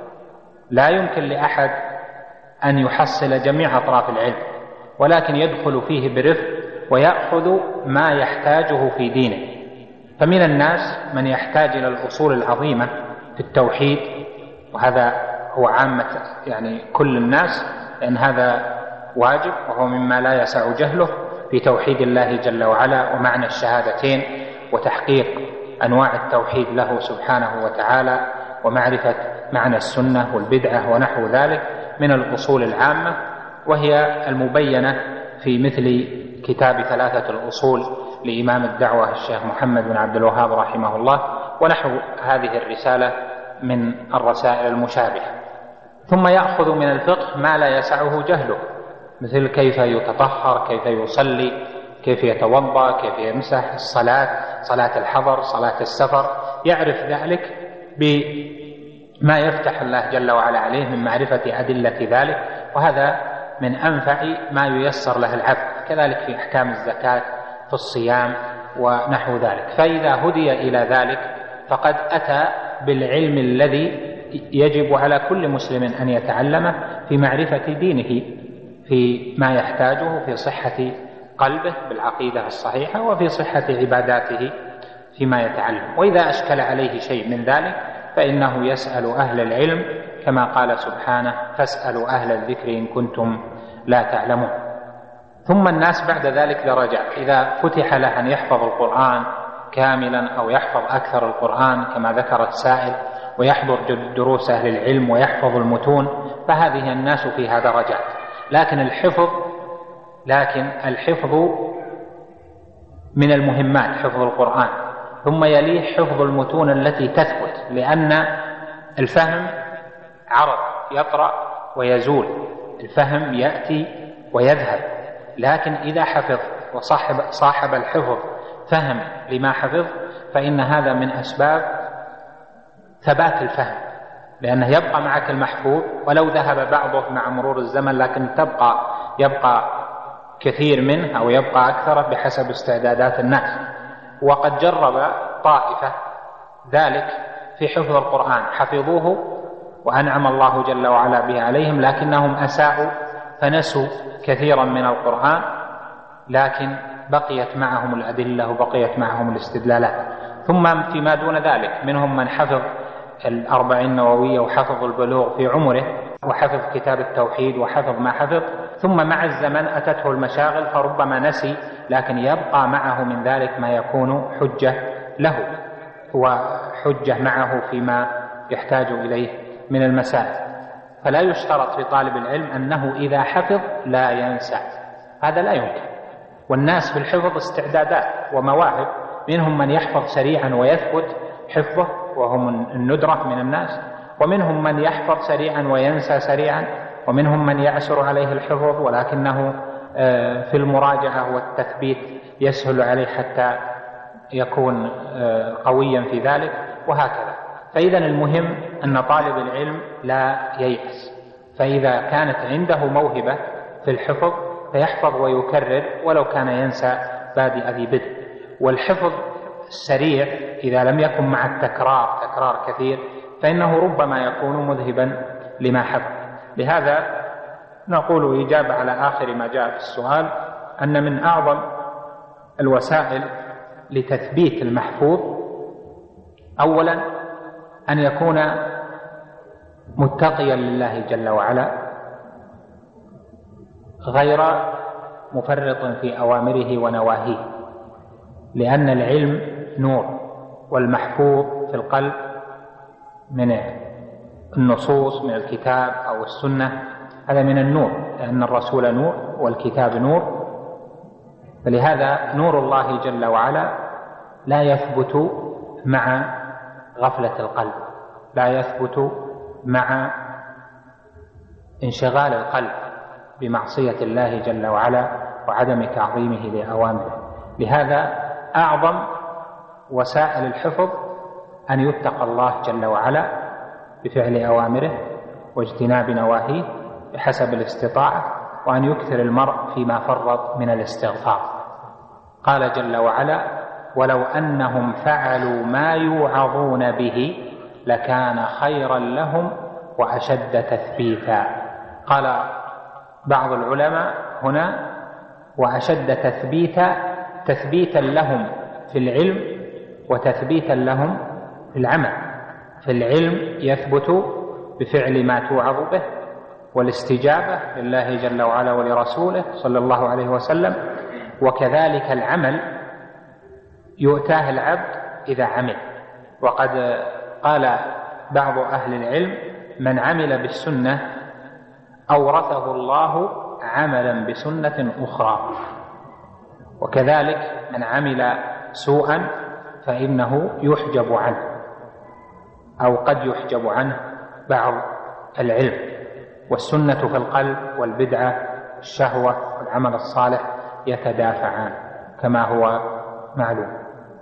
لا يمكن لأحد أن يحصل جميع أطراف العلم، ولكن يدخل فيه برفق ويأخذ ما يحتاجه في دينه. فمن الناس من يحتاج إلى الأصول العظيمة في التوحيد، وهذا هو عامة يعني كل الناس، لأن هذا واجب وهو مما لا يسع جهله، في توحيد الله جل وعلا ومعنى الشهادتين وتحقيق أنواع التوحيد له سبحانه وتعالى، ومعرفة معنى السنة والبدعة ونحو ذلك من الأصول العامة، وهي المبينة في مثل كتاب 3 الأصول لإمام الدعوة الشيخ محمد بن عبد الوهاب رحمه الله، ونحو هذه الرسالة من الرسائل المشابهة. ثم يأخذ من الفقه ما لا يسعه جهله، مثل كيف يتطهر، كيف يصلي، كيف يتوضأ، كيف يمسح، صلاة الحضر، صلاة السفر، يعرف ذلك بما يفتح الله جل وعلا عليه من معرفة أدلة ذلك، وهذا من أنفع ما ييسر له العبد. كذلك في أحكام الزكاة، في الصيام ونحو ذلك. فإذا هدي إلى ذلك فقد أتى بالعلم الذي يجب على كل مسلم أن يتعلمه في معرفة دينه، في ما يحتاجه في صحة قلبه بالعقيدة الصحيحة، وفي صحة عباداته فيما يتعلم. وإذا أشكل عليه شيء من ذلك فإنه يسأل أهل العلم، كما قال سبحانه: فاسألوا أهل الذكر إن كنتم لا تعلمون. ثم الناس بعد ذلك درجات، إذا فتح له أن يحفظ القرآن كاملا أو يحفظ أكثر القرآن كما ذكر السائل، ويحضر دروس أهل العلم ويحفظ المتون، فهذه الناس فيها درجات. لكن الحفظ من المهمات، حفظ القرآن، ثم يليه حفظ المتون التي تثبت، لأن الفهم عرض يطرأ ويزول، الفهم يأتي ويذهب. لكن إذا حفظ وصاحب الحفظ فهم لما حفظ، فإن هذا من أسباب ثبات الفهم، لأنه يبقى معك المحفوظ ولو ذهب بعضه مع مرور الزمن، لكن يبقى كثير منه أو يبقى أكثر بحسب استعدادات الناس. وقد جرب طائفة ذلك في حفظ القرآن، حفظوه وأنعم الله جل وعلا به عليهم، لكنهم أساءوا فنسوا كثيرا من القرآن، لكن بقيت معهم الأدلة وبقيت معهم الاستدلالات. ثم فيما دون ذلك منهم من حفظ 40 النووية وحفظ البلوغ في عمره وحفظ كتاب التوحيد وحفظ ما حفظ، ثم مع الزمن أتته المشاغل فربما نسي، لكن يبقى معه من ذلك ما يكون حجة له وحجة معه فيما يحتاج إليه من المسائل. فلا يشترط في طالب العلم أنه إذا حفظ لا ينسى، هذا لا يمكن. والناس في الحفظ استعدادات ومواهب، منهم من يحفظ سريعا ويثبت حفظه وهم الندرة من الناس، ومنهم من يحفظ سريعا وينسى سريعا، ومنهم من يعسر عليه الحفظ ولكنه في المراجعة والتثبيت يسهل عليه حتى يكون قويا في ذلك، وهكذا. فإذا المهم أن طالب العلم لا ييأس، فإذا كانت عنده موهبة في الحفظ فيحفظ ويكرر ولو كان ينسى بادئ ذي بدء. والحفظ السريع إذا لم يكن مع التكرار تكرار كثير فإنه ربما يكون مذهبا لما حفظ. لهذا نقول إجابة على آخر ما جاء في السؤال أن من أعظم الوسائل لتثبيت المحفوظ أولا أن يكون متقيا لله جل وعلا غير مفرط في أوامره ونواهيه، لأن العلم نور، والمحفوظ في القلب من النصوص من الكتاب أو السنة هذا من النور، لأن الرسول نور والكتاب نور. فلهذا نور الله جل وعلا لا يثبت مع غفلة القلب، لا يثبت مع انشغال القلب بمعصية الله جل وعلا وعدم تعظيمه لأوامره. لهذا أعظم وسائل الحفظ أن يتقى الله جل وعلا بفعل أوامره واجتناب نواهيه بحسب الاستطاعة، وأن يكثر المرء فيما فرط من الاستغفار. قال جل وعلا: ولو أنهم فعلوا ما يوعظون به لكان خيرا لهم وأشد تثبيتا. قال بعض العلماء هنا وأشد تثبيتا لهم في العلم وتثبيتا لهم في العمل. في العلم يثبت بفعل ما توعظ به والاستجابة لله جل وعلا ولرسوله صلى الله عليه وسلم، وكذلك العمل يؤتاه العبد إذا عمل. وقد قال بعض أهل العلم: من عمل بالسنة أورثه الله عملا بسنة أخرى، وكذلك من عمل سوءا فإنه يحجب عنه أو قد يحجب عنه بعض العلم. والسنة في القلب والبدعة الشهوة والعمل الصالح يتدافعان كما هو معلوم.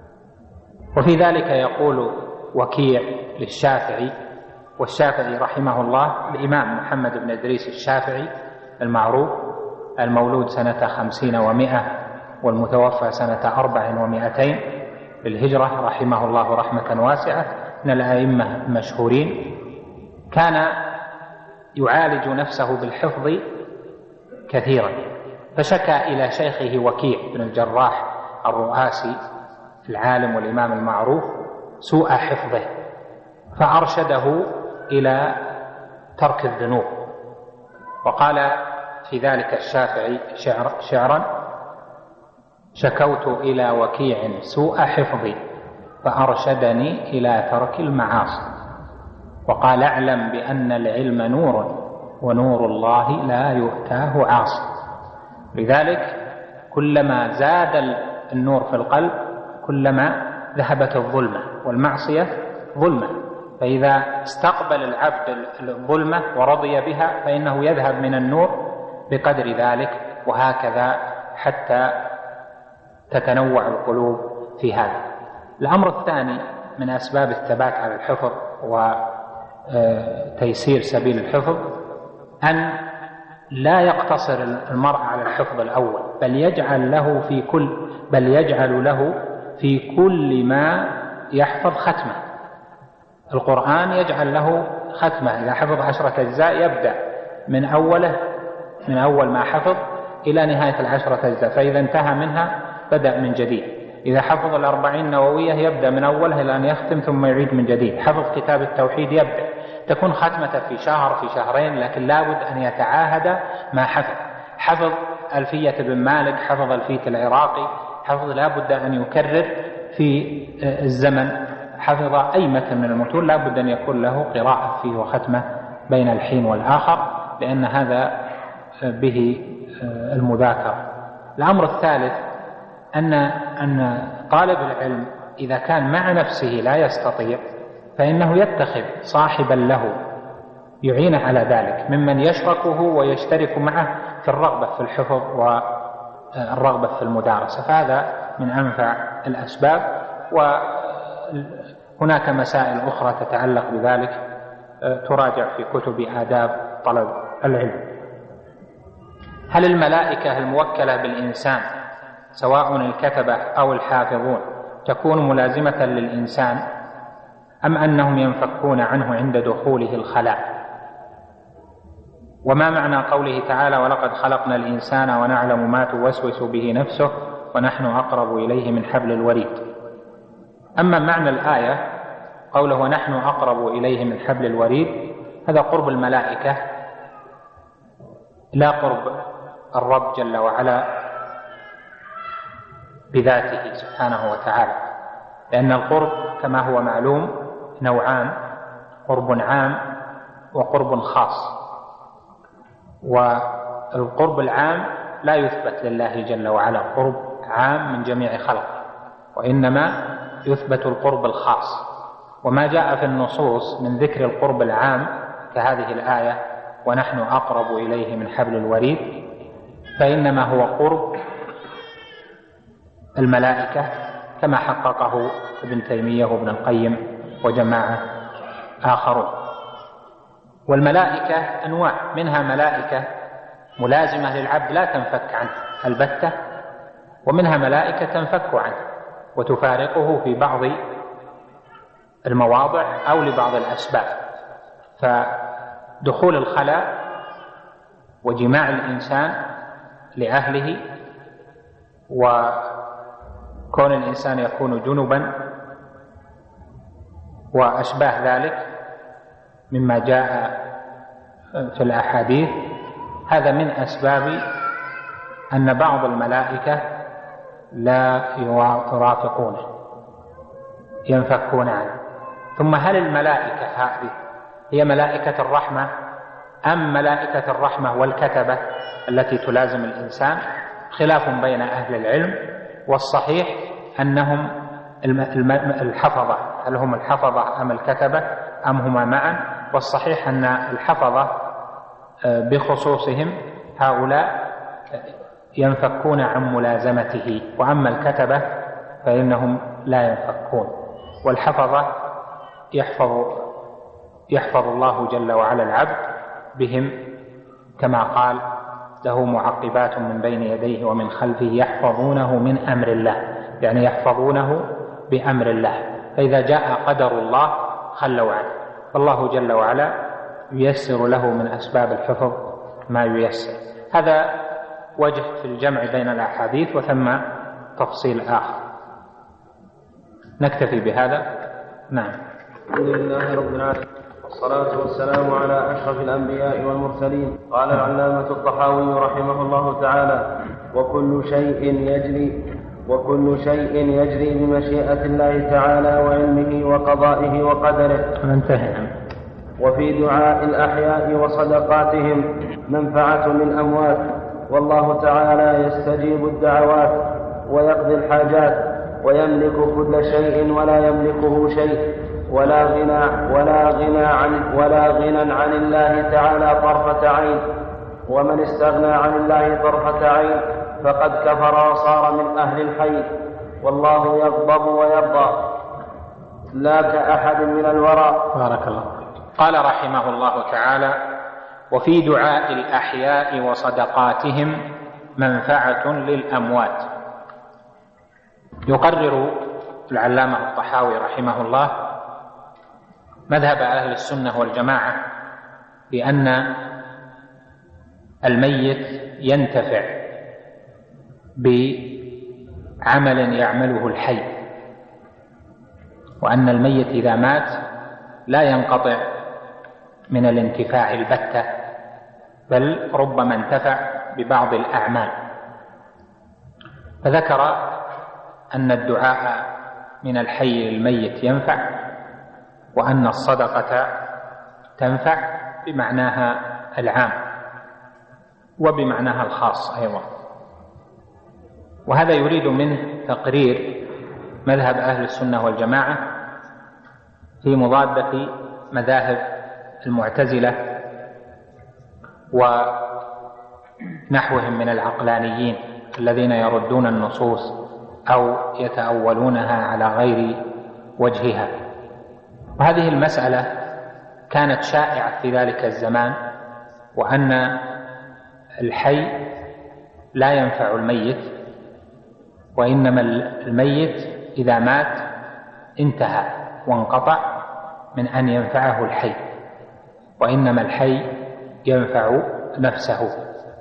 وفي ذلك يقول وكيع للشافعي، والشافعي رحمه الله الإمام محمد بن إدريس الشافعي المعروف المولود سنة 50 و100 والمتوفى سنة 400 للهجرة رحمه الله رحمة واسعة، من الأئمة المشهورين. كان يعالج نفسه بالحفظ كثيرا، فشكى إلى شيخه وكيع بن الجراح الرؤاسي العالم والإمام المعروف سوء حفظه، فأرشده إلى ترك الذنوب. وقال في ذلك الشافعي شعرا: شكوت إلى وكيع سوء حفظي فأرشدني إلى ترك المعاصي. وقال: اعلم بأن العلم نور ونور الله لا يؤتاه عاصي. لذلك كلما زاد النور في القلب كلما ذهبت الظلمة، والمعصية ظلمة، فإذا استقبل العبد الظلمة ورضي بها فإنه يذهب من النور بقدر ذلك، وهكذا حتى تتنوع القلوب في هذا. الأمر الثاني من أسباب الثبات على الحفظ وتيسير سبيل الحفظ أن لا يقتصر المرء على الحفظ الأول، بل يجعل له في كل ما يحفظ ختمة. القرآن يجعل له ختمة، إذا حفظ 10 أجزاء يبدأ من أول ما حفظ إلى نهاية 10 أجزاء، فإذا انتهى منها بدأ من جديد. إذا حفظ 40 نووية يبدأ من أولها إلى أن يختم ثم يعيد من جديد. حفظ كتاب التوحيد يبدأ، تكون ختمة في شهر في شهرين، لكن لابد أن يتعاهد ما حفظ. حفظ ألفية ابن مالك، حفظ ألفية العراقي، حفظ لابد أن يكرر في الزمن. حفظ أي متن من المتون لابد أن يكون له قراءة فيه وختمة بين الحين والآخر، لأن هذا به المذاكرة. الأمر الثالث أن طالب العلم إذا كان مع نفسه لا يستطيع فإنه يتخذ صاحبا له يعين على ذلك، ممن يشركه ويشترك معه في الرغبة في الحفظ والرغبة في المدارسة، فهذا من أنفع الأسباب. وهناك مسائل أخرى تتعلق بذلك تراجع في كتب آداب طلب العلم. هل الملائكة الموكلة بالإنسان سواء الكتبة أو الحافظون تكون ملازمة للإنسان، أم أنهم ينفكون عنه عند دخوله الخلاء؟ وما معنى قوله تعالى ولقد خلقنا الإنسان ونعلم ما توسوس به نفسه ونحن أقرب إليه من حبل الوريد؟ أما معنى الآية قوله ونحن أقرب إليه من حبل الوريد، هذا قرب الملائكة لا قرب الرب جل وعلا بذاته سبحانه وتعالى، لأن القرب كما هو معلوم نوعان: قرب عام وقرب خاص. والقرب العام لا يثبت لله جل وعلا قرب عام من جميع خلقه، وإنما يثبت القرب الخاص. وما جاء في النصوص من ذكر القرب العام كهذه الآية ونحن أقرب إليه من حبل الوريد، فإنما هو قرب الملائكة كما حققه ابن تيمية وابن القيم وجماعة آخرون. والملائكة أنواع، منها ملائكة ملازمة للعبد لا تنفك عنه البتة، ومنها ملائكة تنفك عنه وتفارقه في بعض المواضع أو لبعض الأسباب. فدخول الخلاء وجماع الإنسان لأهله وكون الإنسان يكون جنبا وأشباه ذلك مما جاء في الأحاديث، هذا من أسباب أن بعض الملائكة لا يرافقونه ينفكون عنه. ثم هل الملائكة هذه هي ملائكة الرحمة أم ملائكة الرحمة والكتبة التي تلازم الإنسان؟ خلاف بين أهل العلم، والصحيح أنهم الحفظة، هل هم الحفظة أم الكتبة أم هما معا؟ والصحيح أن الحفظة بخصوصهم هؤلاء ينفكون عن ملازمته، وأما الكتبة فإنهم لا ينفكون. والحفظة يحفظ الله جل وعلا العبد بهم، كما قال له معقبات من بين يديه ومن خلفه يحفظونه من أمر الله، يعني يحفظونه بأمر الله، فإذا جاء قدر الله خلوا عنه، فالله جل وعلا ييسر له من أسباب الحفظ ما ييسر. هذا وجه في الجمع بين الأحاديث، وثم تفصيل آخر. نكتفي بهذا. نعم. الحمد لله رب العالمين، والصلاة والسلام على أشرف الأنبياء والمرسلين. قال العلامة الطحاوي رحمه الله تعالى: وكل شيء يجري بمشيئة الله تعالى وعلمه وقضائه وقدره. وفي دعاء الأحياء وصدقاتهم منفعة للأموات، والله تعالى يستجيب الدعوات ويقضي الحاجات، ويملك كل شيء ولا يملكه شيء، ولا غنى عن الله تعالى طرفة عين. ومن استغنى عن الله طرفة عين فقد كفر وصار من أهل الحي، والله يغضب ويرضى لا كأحد من الورى. بارك الله. قال رحمه الله تعالى: وفي دعاء الأحياء وصدقاتهم منفعة للأموات. يقرر العلامة الطحاوي رحمه الله مذهب أهل السنة والجماعة بأن الميت ينتفع بعمل يعمله الحي، وأن الميت إذا مات لا ينقطع من الانتفاع البتة، بل ربما انتفع ببعض الأعمال. فذكر أن الدعاء من الحي للميت ينفع، وأن الصدقة تنفع بمعناها العام وبمعناها الخاص أيضا. وهذا يريد منه تقرير مذهب أهل السنة والجماعة في مضادة مذاهب المعتزلة ونحوهم من العقلانيين الذين يردون النصوص أو يتأولونها على غير وجهها. وهذه المسألة كانت شائعة في ذلك الزمان، وأن الحي لا ينفع الميت، وإنما الميت إذا مات انتهى وانقطع من أن ينفعه الحي، وإنما الحي ينفع نفسه.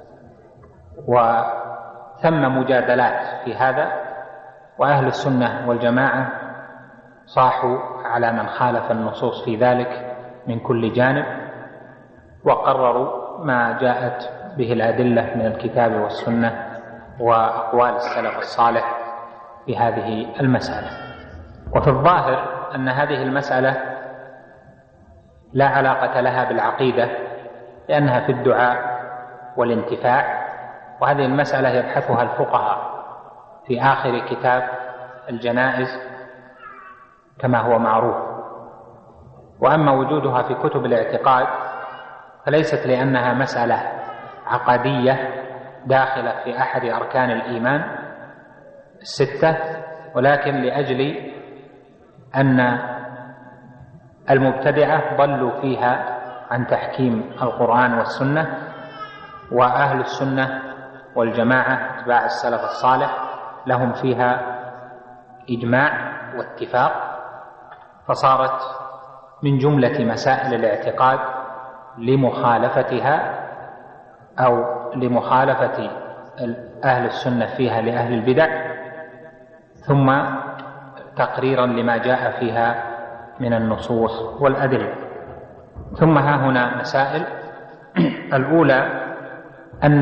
وثم مجادلات في هذا، وأهل السنة والجماعة صاحوا على من خالف النصوص في ذلك من كل جانب، وقرروا ما جاءت به الأدلة من الكتاب والسنة وأقوال السلف الصالح في هذه المسألة. وفي الظاهر أن هذه المسألة لا علاقة لها بالعقيدة، لأنها في الدعاء والانتفاع، وهذه المسألة يبحثها الفقهاء في آخر كتاب الجنائز كما هو معروف. وأما وجودها في كتب الاعتقاد فليست لأنها مسألة عقدية داخلة في أحد أركان الإيمان الستة، ولكن لأجل أن المبتدعة ضلوا فيها عن تحكيم القرآن والسنة، وأهل السنة والجماعة اتباع السلف الصالح لهم فيها إجماع واتفاق، فصارت من جملة مسائل الاعتقاد لمخالفتها أو لمخالفة أهل السنة فيها لأهل البدع، ثم تقريرا لما جاء فيها من النصوص والأدلة. ثم ها هنا مسائل. الأولى أن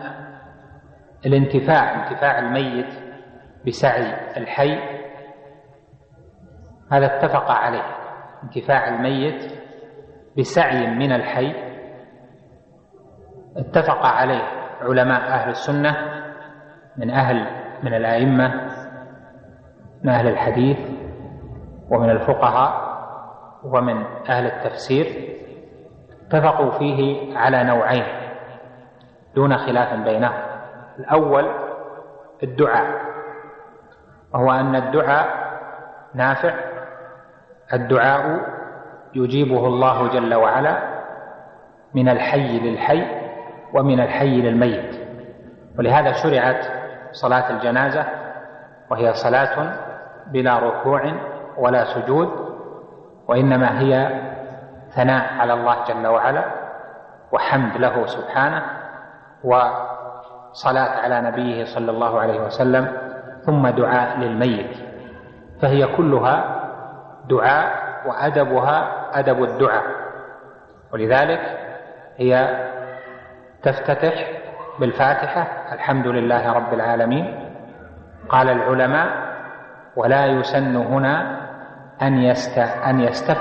انتفاع الميت بسعي الحي هذا اتفق عليه، انتفاع الميت بسعي من الحي اتفق عليه علماء أهل السنة من الأئمة من أهل الحديث ومن الفقهاء ومن أهل التفسير، اتفقوا فيه على نوعين دون خلاف بينهم. الأول الدعاء، وهو أن الدعاء نافع، الدعاء يجيبه الله جل وعلا من الحي للحي ومن الحي للميت. ولهذا شرعت صلاة الجنازة، وهي صلاة بلا ركوع ولا سجود، وإنما هي ثناء على الله جل وعلا وحمد له سبحانه وصلاة على نبيه صلى الله عليه وسلم، ثم دعاء للميت، فهي كلها دعاء وأدبها أدب الدعاء. ولذلك هي تفتتح بالفاتحة الحمد لله رب العالمين. قال العلماء: ولا يسن هنا أن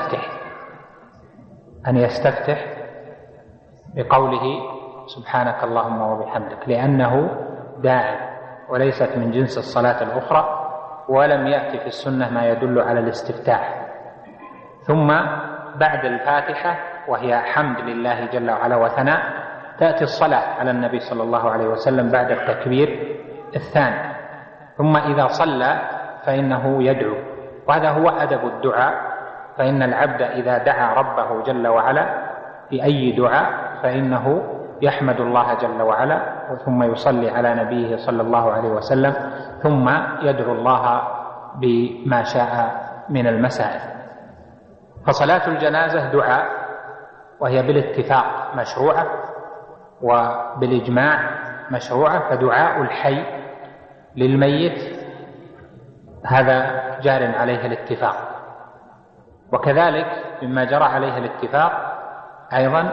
يستفتح بقوله سبحانك اللهم وبحمدك، لأنه داعي وليست من جنس الصلاة الأخرى، ولم يأتي في السنة ما يدل على الاستفتاح. ثم بعد الفاتحة وهي حمد لله جل وعلا وثناء تأتي الصلاة على النبي صلى الله عليه وسلم بعد التكبير الثاني. ثم إذا صلى فإنه يدعو، وهذا هو أدب الدعاء. فإن العبد إذا دعا ربه جل وعلا بأي دعاء فإنه يحمد الله جل وعلا ثم يصلي على نبيه صلى الله عليه وسلم ثم يدعو الله بما شاء من المسائل. فصلاة الجنازة دعاء، وهي بالاتفاق مشروعة وبالإجماع مشروعة. فدعاء الحي للميت هذا جار عليه الاتفاق. وكذلك مما جرى عليه الاتفاق أيضا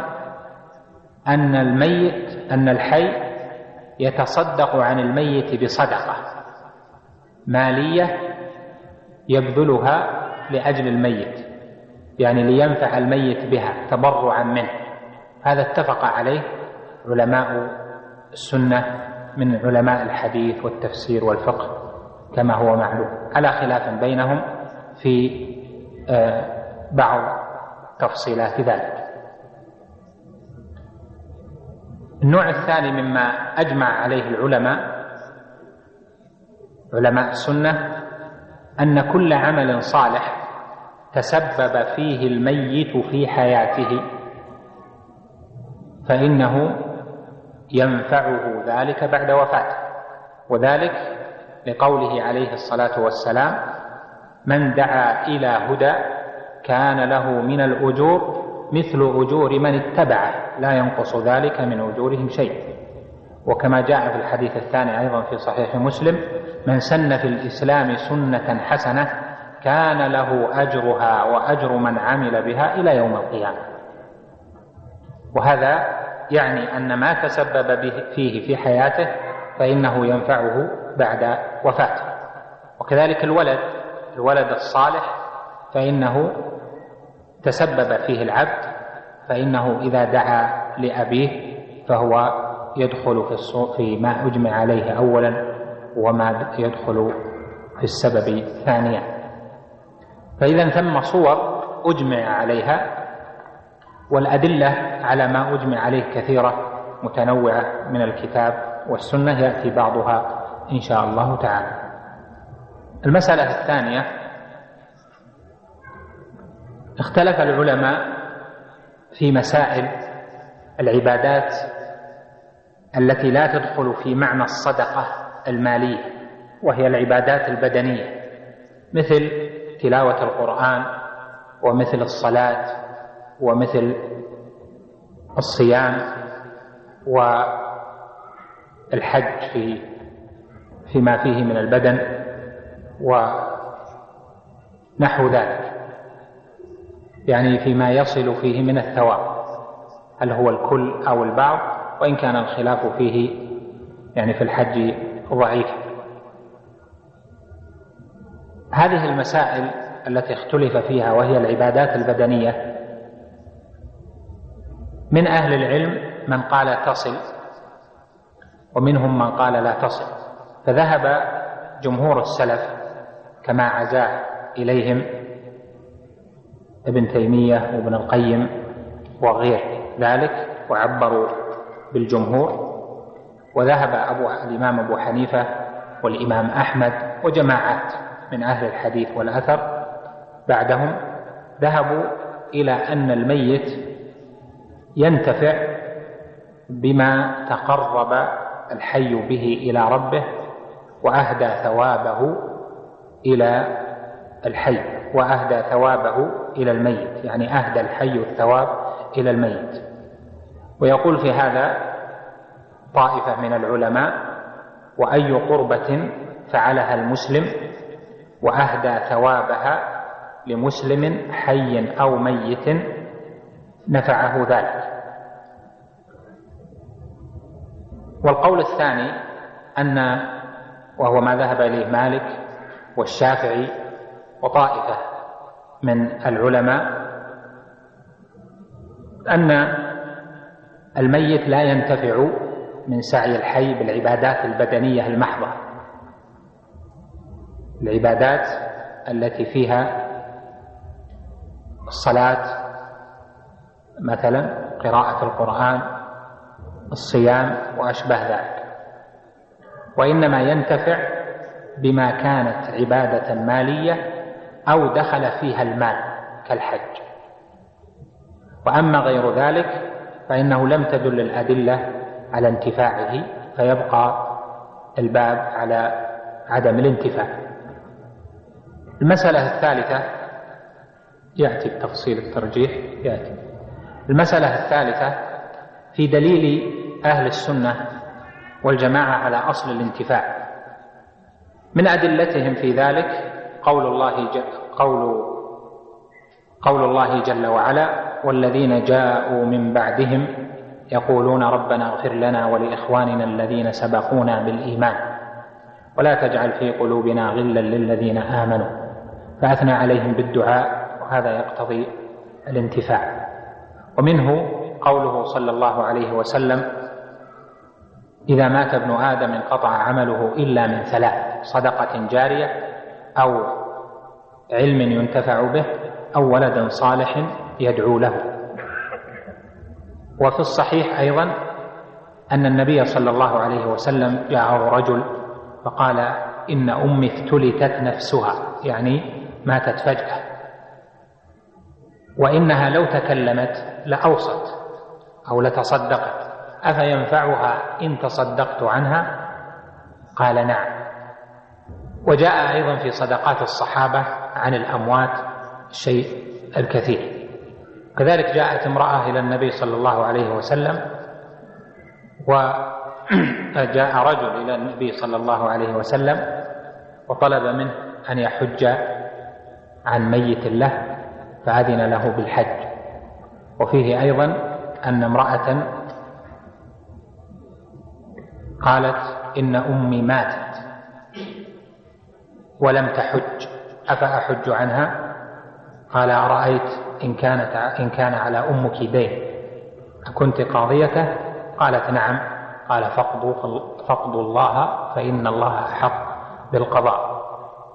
أن الحي يتصدق عن الميت بصدقة مالية يبذلها لأجل الميت، يعني لينفع الميت بها تبرعا منه. هذا اتفق عليه علماء السنة من علماء الحديث والتفسير والفقه كما هو معلوم، على خلاف بينهم في بعض تفصيلات ذلك. النوع الثاني مما أجمع عليه علماء السنة أن كل عمل صالح تسبب فيه الميت في حياته فإنه ينفعه ذلك بعد وفاته، وذلك لقوله عليه الصلاة والسلام: من دعا إلى هدى كان له من الأجور مثل أجور من اتبعه لا ينقص ذلك من أجورهم شيء. وكما جاء في الحديث الثاني أيضا في صحيح مسلم: من سن في الإسلام سنة حسنة كان له أجرها وأجر من عمل بها إلى يوم القيامة. وهذا يعني أن ما تسبب فيه في حياته فإنه ينفعه بعد وفاته. وكذلك الولد الصالح فإنه تسبب فيه العبد، فإنه إذا دعا لأبيه فهو يدخل في ما أجمع عليه أولا وما يدخل في السبب ثانيا. فإذا ثم صور أجمع عليها، والأدلة على ما أجمع عليه كثيرة متنوعة من الكتاب والسنة، يأتي بعضها إن شاء الله تعالى. المسألة الثانية: اختلف العلماء في مسائل العبادات التي لا تدخل في معنى الصدقة المالية، وهي العبادات البدنية مثل تلاوة القرآن ومثل الصلاة ومثل الصيام والحج فيما فيه من البدن ونحو ذلك، يعني فيما يصل فيه من الثواب، هل هو الكل أو البعض، وإن كان الخلاف فيه يعني في الحج ضعيف. هذه المسائل التي اختلف فيها وهي العبادات البدنية، من أهل العلم من قال تصل ومنهم من قال لا تصل. فذهب جمهور السلف كما عزاه إليهم ابن تيمية وابن القيم وغير ذلك وعبروا بالجمهور، وذهب الإمام أبو حنيفة والإمام أحمد وجماعات من أهل الحديث والأثر بعدهم ذهبوا إلى أن الميت ينتفع بما تقرب الحي به إلى ربه وأهدى ثوابه إلى الحي وأهدى ثوابه إلى الميت، يعني أهدى الحي الثواب إلى الميت. ويقول في هذا طائفة من العلماء: وأي قربة فعلها المسلم وأهدى ثوابها لمسلم حي أو ميت نفعه ذلك. والقول الثاني وهو ما ذهب إليه مالك والشافعي وطائفة من العلماء، أن الميت لا ينتفع من سعي الحي بالعبادات البدنية المحضة، العبادات التي فيها الصلاة مثلا، قراءة القرآن، الصيام وأشبه ذلك، وإنما ينتفع بما كانت عبادة مالية أو دخل فيها المال كالحج. وأما غير ذلك فإنه لم تدل الأدلة على انتفاعه، فيبقى الباب على عدم الانتفاع. المسألة الثالثة يأتي بتفصيل الترجيح يأتي. المسألة الثالثة في دليل أهل السنة والجماعة على أصل الانتفاع. من أدلتهم في ذلك قول الله جل وعلا: والذين جاءوا من بعدهم يقولون ربنا اغفر لنا ولإخواننا الذين سبقونا بالإيمان ولا تجعل في قلوبنا غلا للذين آمنوا، فأثنى عليهم بالدعاء، وهذا يقتضي الانتفاع. ومنه قوله صلى الله عليه وسلم: إذا مات ابن آدم انقطع عمله إلا من ثلاث: صدقة جارية، أو علم ينتفع به، أو ولد صالح يدعو له. وفي الصحيح أيضا أن النبي صلى الله عليه وسلم جاءه رجل فقال: إن أمي افتلتت نفسها، يعني ماتت فجأة، وإنها لو تكلمت لأوصت أو لتصدقت، أفينفعها إن تصدقت عنها؟ قال: نعم. وجاء أيضا في صدقات الصحابة عن الأموات الشيء الكثير. كذلك جاءت امرأة إلى النبي صلى الله عليه وسلم، وجاء رجل إلى النبي صلى الله عليه وسلم وطلب منه أن يحج عن ميت له، فأذن له بالحج. وفيه أيضا أن امرأة قالت: إن أمي ماتت ولم تحج، أفأحج عنها؟ قال: أرأيت إن كان على أمك دين أكنت قاضيته؟ قالت: نعم. قال: فاقضوا الله فإن الله أحق بالقضاء.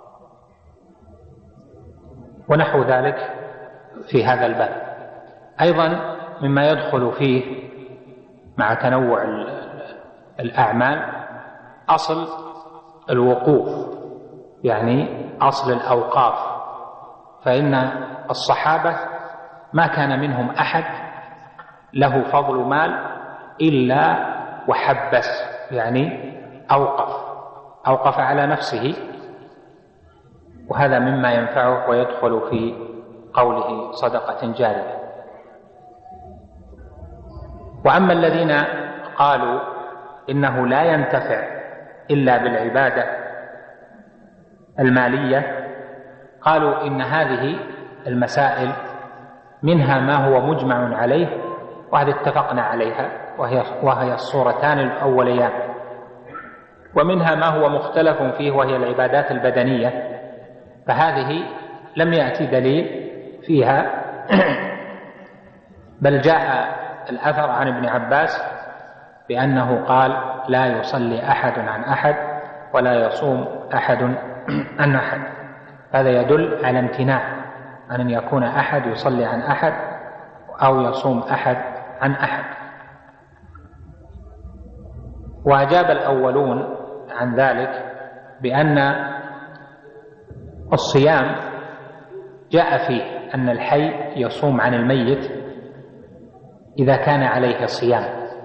ونحو ذلك في هذا الباب. أيضا مما يدخل فيه مع تنوع الأعمال أصل الوقوف، يعني أصل الأوقاف. فإن الصحابة ما كان منهم أحد له فضل مال إلا وحبس، يعني أوقف على نفسه، وهذا مما ينفعه ويدخل في قوله صدقة جارية. وأما الذين قالوا إنه لا ينتفع إلا بالعبادة المالية، قالوا إن هذه المسائل منها ما هو مجمع عليه، وهذا اتفقنا عليها، وهي الصورتان الأوليان، ومنها ما هو مختلف فيه وهي العبادات البدنية، فهذه لم يأتي دليل فيها بل جاء الأثر عن ابن عباس بأنه قال: لا يصلي أحد عن أحد ولا يصوم أحد عن أحد. هذا يدل على امتناع عن أن يكون أحد يصلي عن أحد أو يصوم أحد عن أحد. وأجاب الأولون عن ذلك بأن الصيام جاء فيه أن الحي يصوم عن الميت إذا كان عليه صيام،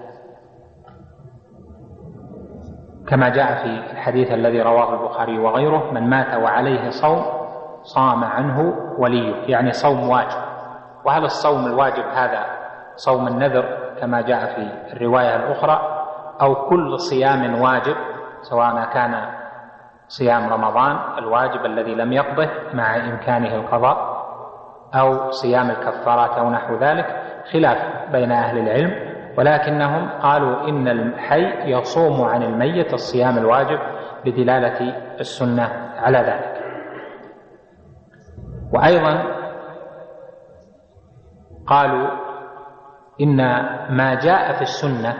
كما جاء في الحديث الذي رواه البخاري وغيره: من مات وعليه صوم صام عنه وليه، يعني صوم واجب. وهل الصوم الواجب هذا صوم النذر كما جاء في الرواية الأخرى، أو كل صيام واجب سواء كان صيام رمضان الواجب الذي لم يقضه مع إمكانه القضاء، أو صيام الكفارات أو نحو ذلك؟ خلاف بين أهل العلم، ولكنهم قالوا إن الحي يصوم عن الميت الصيام الواجب بدلالة السنة على ذلك. وأيضا قالوا إن ما جاء في السنة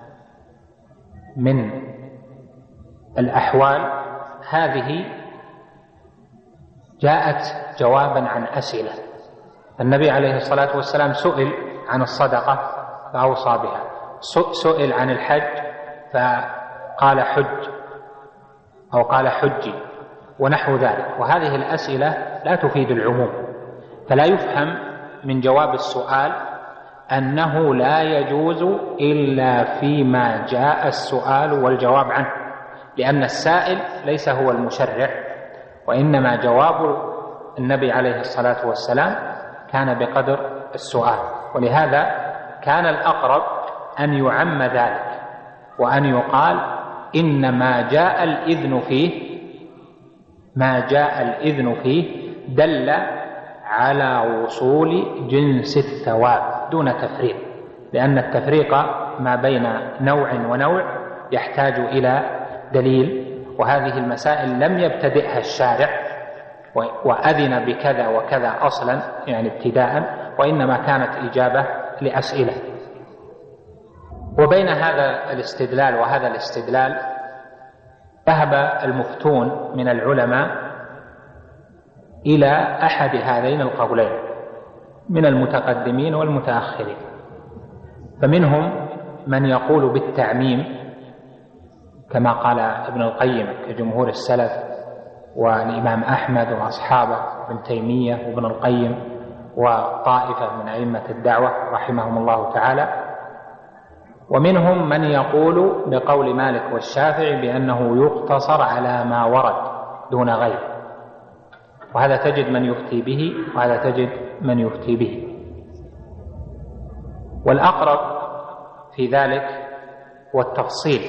من الأحوال هذه جاءت جوابا عن أسئلة. النبي عليه الصلاة والسلام سئل عن الصدقة فأوصى بها، سئل عن الحج فقال حج أو قال حجي ونحو ذلك. وهذه الأسئلة لا تفيد العموم، فلا يفهم من جواب السؤال أنه لا يجوز إلا فيما جاء السؤال والجواب عنه، لأن السائل ليس هو المشرع، وإنما جواب النبي عليه الصلاة والسلام كان بقدر السؤال. ولهذا كان الأقرب أن يعم ذلك، وأن يقال إن ما جاء الإذن فيه دل على وصول جنس الثواب دون تفريق، لأن التفريق ما بين نوع ونوع يحتاج إلى دليل، وهذه المسائل لم يبتدئها الشارع وأذن بكذا وكذا أصلا يعني ابتداء، وإنما كانت إجابة لأسئلة. وبين هذا الاستدلال وهذا الاستدلال ذهب المفتون من العلماء إلى أحد هذين القولين من المتقدمين والمتأخرين، فمنهم من يقول بالتعميم كما قال ابن القيم كجمهور السلف والإمام أحمد وأصحابه ابن تيمية وابن القيم وطائفة من أئمة الدعوة رحمهم الله تعالى، ومنهم من يقول بقول مالك والشافعي بأنه يقتصر على ما ورد دون غيره، وهذا تجد من يفتي به وهذا تجد من يفتي به. والأقرب في ذلك هو التفصيل،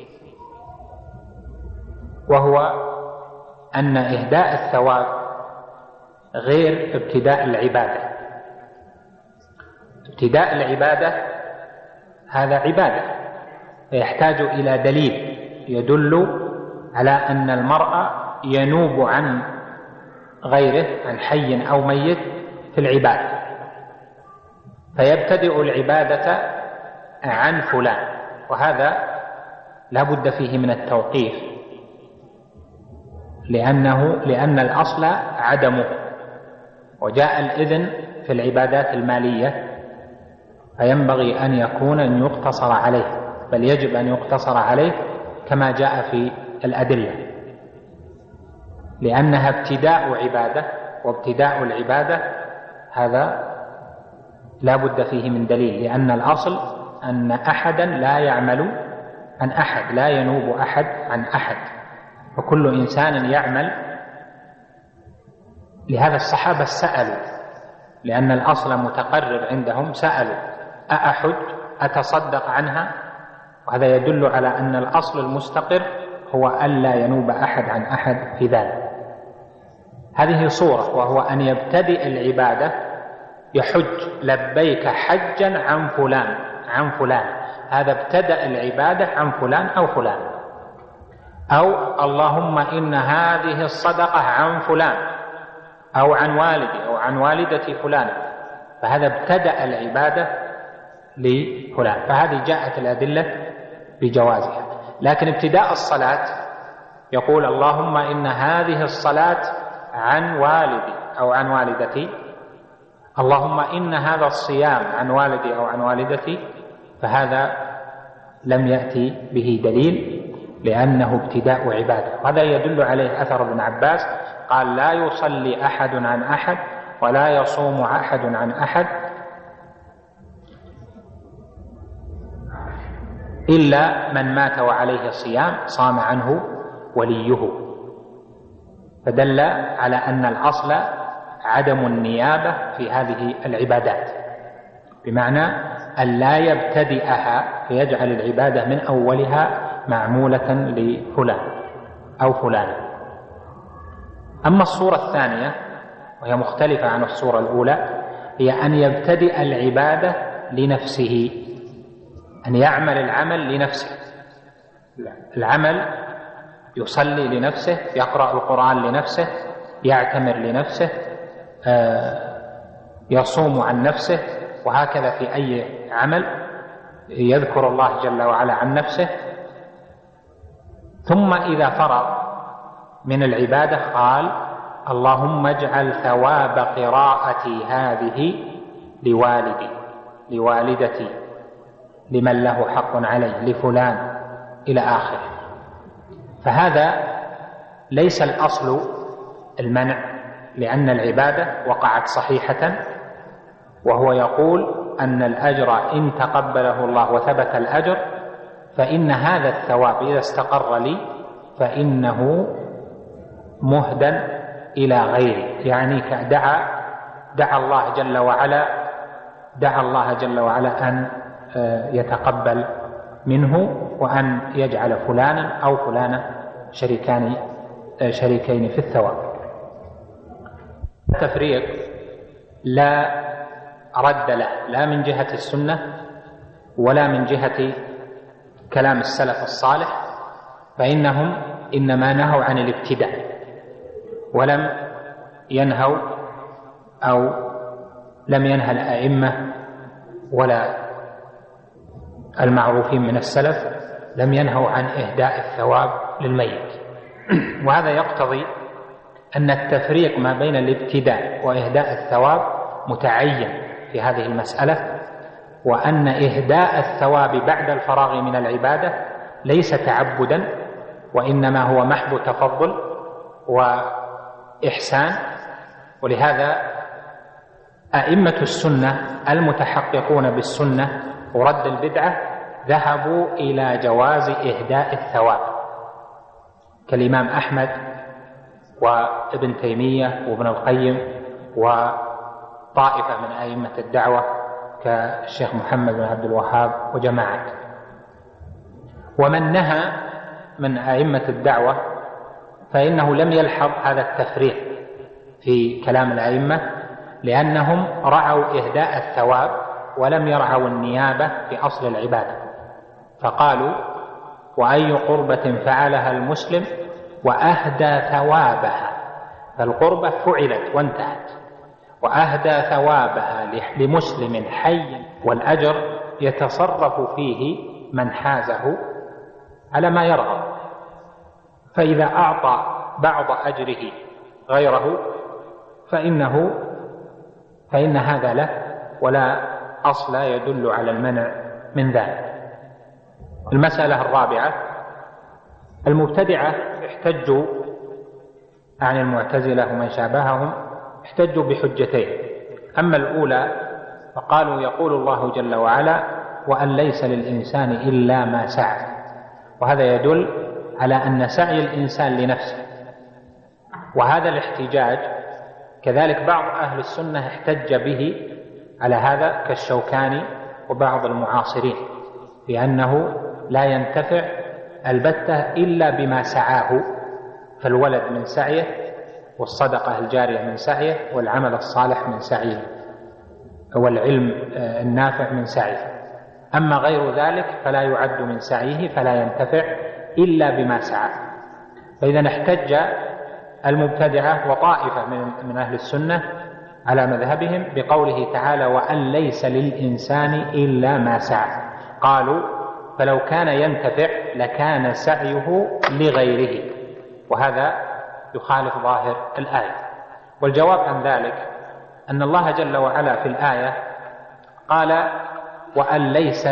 وهو أن إهداء الثواب غير ابتداء العبادة. ابتداء العبادة هذا عبادة يحتاج إلى دليل يدل على أن المرء ينوب عن غيره، عن حي أو ميت، في العبادة، فيبتدئ العبادة عن فلان، وهذا لا بد فيه من التوقيف، لأن الأصل عدمه، وجاء الإذن في العبادات المالية فينبغي أن يكون أن يقتصر عليه، بل يجب أن يقتصر عليه كما جاء في الأدلة، لأنها ابتداء عبادة، وابتداء العبادة هذا لا بد فيه من دليل، لأن الأصل أن أحدا لا يعمل عن أحد، لا ينوب أحد عن أحد، فكل إنسان يعمل. لهذا الصحابة سألوا، لأن الأصل متقرر عندهم، سألوا أأحج أتصدق عنها، وهذا يدل على أن الأصل المستقر هو ألا ينوب أحد عن أحد في ذلك. هذه صورة، وهو أن يبتدئ العبادة يحج لبيك حجا عن فلان عن فلان، هذا ابتدأ العبادة عن فلان أو فلان، أو اللهم إن هذه الصدقة عن فلان أو عن والدي أو عن والدتي فلان، فهذا ابتدأ العبادة لفلان، فهذه جاءت الأدلة بجوازها. لكن ابتداء الصلاة يقول اللهم إن هذه الصلاة عن والدي أو عن والدتي، اللهم إن هذا الصيام عن والدي أو عن والدتي، فهذا لم يأتي به دليل، لأنه ابتداء عبادة. وهذا يدل عليه أثر ابن عباس قال لا يصلي أحد عن أحد ولا يصوم أحد عن أحد إلا من مات وعليه صيام صام عنه وليه، فدل على أن الأصل عدم النيابة في هذه العبادات، بمعنى أن لا يبتدئها فيجعل العبادة من أولها معمولة لفلان أو فلان. أما الصورة الثانية وهي مختلفة عن الصورة الأولى، هي أن يبتدئ العبادة لنفسه، أن يعمل العمل لنفسه، العمل يصلي لنفسه، يقرأ القرآن لنفسه، يعتمر لنفسه، يصوم عن نفسه، وهكذا في أي عمل يذكر الله جل وعلا عن نفسه. ثم إذا فرغ من العبادة قال اللهم اجعل ثواب قراءتي هذه لوالدي لوالدتي لمن له حق عليه لفلان إلى آخره. فهذا ليس الأصل المنع، لأن العبادة وقعت صحيحة، وهو يقول أن الأجر إن تقبله الله وثبت الأجر فإن هذا الثواب إذا استقر لي فإنه مهدى إلى غيري، يعني دعا الله جل وعلا أن يتقبل منه وأن يجعل فلانا أو فلانا شريكين في الثواب. التفريق لا رد له لا من جهة السنة ولا من جهة كلام السلف الصالح، فإنهم إنما نهوا عن الابتداع ولم ينهوا أو لم ينهى الأئمة ولا المعروفين من السلف لم ينهوا عن إهداء الثواب للميت. وهذا يقتضي أن التفريق ما بين الابتداء وإهداء الثواب متعين في هذه المسألة، وأن إهداء الثواب بعد الفراغ من العبادة ليس تعبدا وإنما هو محض تفضل وإحسان. ولهذا أئمة السنة المتحققون بالسنة ورد البدعة ذهبوا إلى جواز إهداء الثواب كالإمام أحمد وابن تيمية وابن القيم وطائفة من أئمة الدعوة كالشيخ محمد بن عبد الوهاب وجماعة. ومن نهى من أئمة الدعوة فإنه لم يلحظ هذا التفريق في كلام الأئمة، لأنهم رعوا إهداء الثواب ولم يرعوا النيابة في أصل العبادة، فقالوا وأي قربة فعلها المسلم وأهدى ثوابها، فالقربة فعلت وانتهت، وأهدى ثوابها لمسلم حي، والأجر يتصرف فيه من حازه على ما يرغب، فإذا أعطى بعض أجره غيره فإن هذا له ولا أصل يدل على المنع من ذلك. المسألة الرابعة: المبتدعة احتجوا عن المعتزلة ومن شابههم احتجوا بحجتين. أما الأولى فقالوا يقول الله جل وعلا وأن ليس للإنسان إلا ما سعى، وهذا يدل على أن سعي الإنسان لنفسه، وهذا الاحتجاج كذلك بعض أهل السنة احتج به على هذا كالشوكاني وبعض المعاصرين، بأنه لا ينتفع البتة إلا بما سعاه، فالولد من سعيه والصدقة الجارية من سعيه والعمل الصالح من سعيه والعلم النافع من سعيه، أما غير ذلك فلا يعد من سعيه فلا ينتفع إلا بما سعى. فإذا احتج المبتدعة وطائفة من أهل السنة على مذهبهم بقوله تعالى وأن ليس للإنسان إلا ما سعى، قالوا فلو كان ينتفع لكان سعيه لغيره، وهذا يخالف ظاهر الآية. والجواب عن ذلك أن الله جل وعلا في الآية قال وأن ليس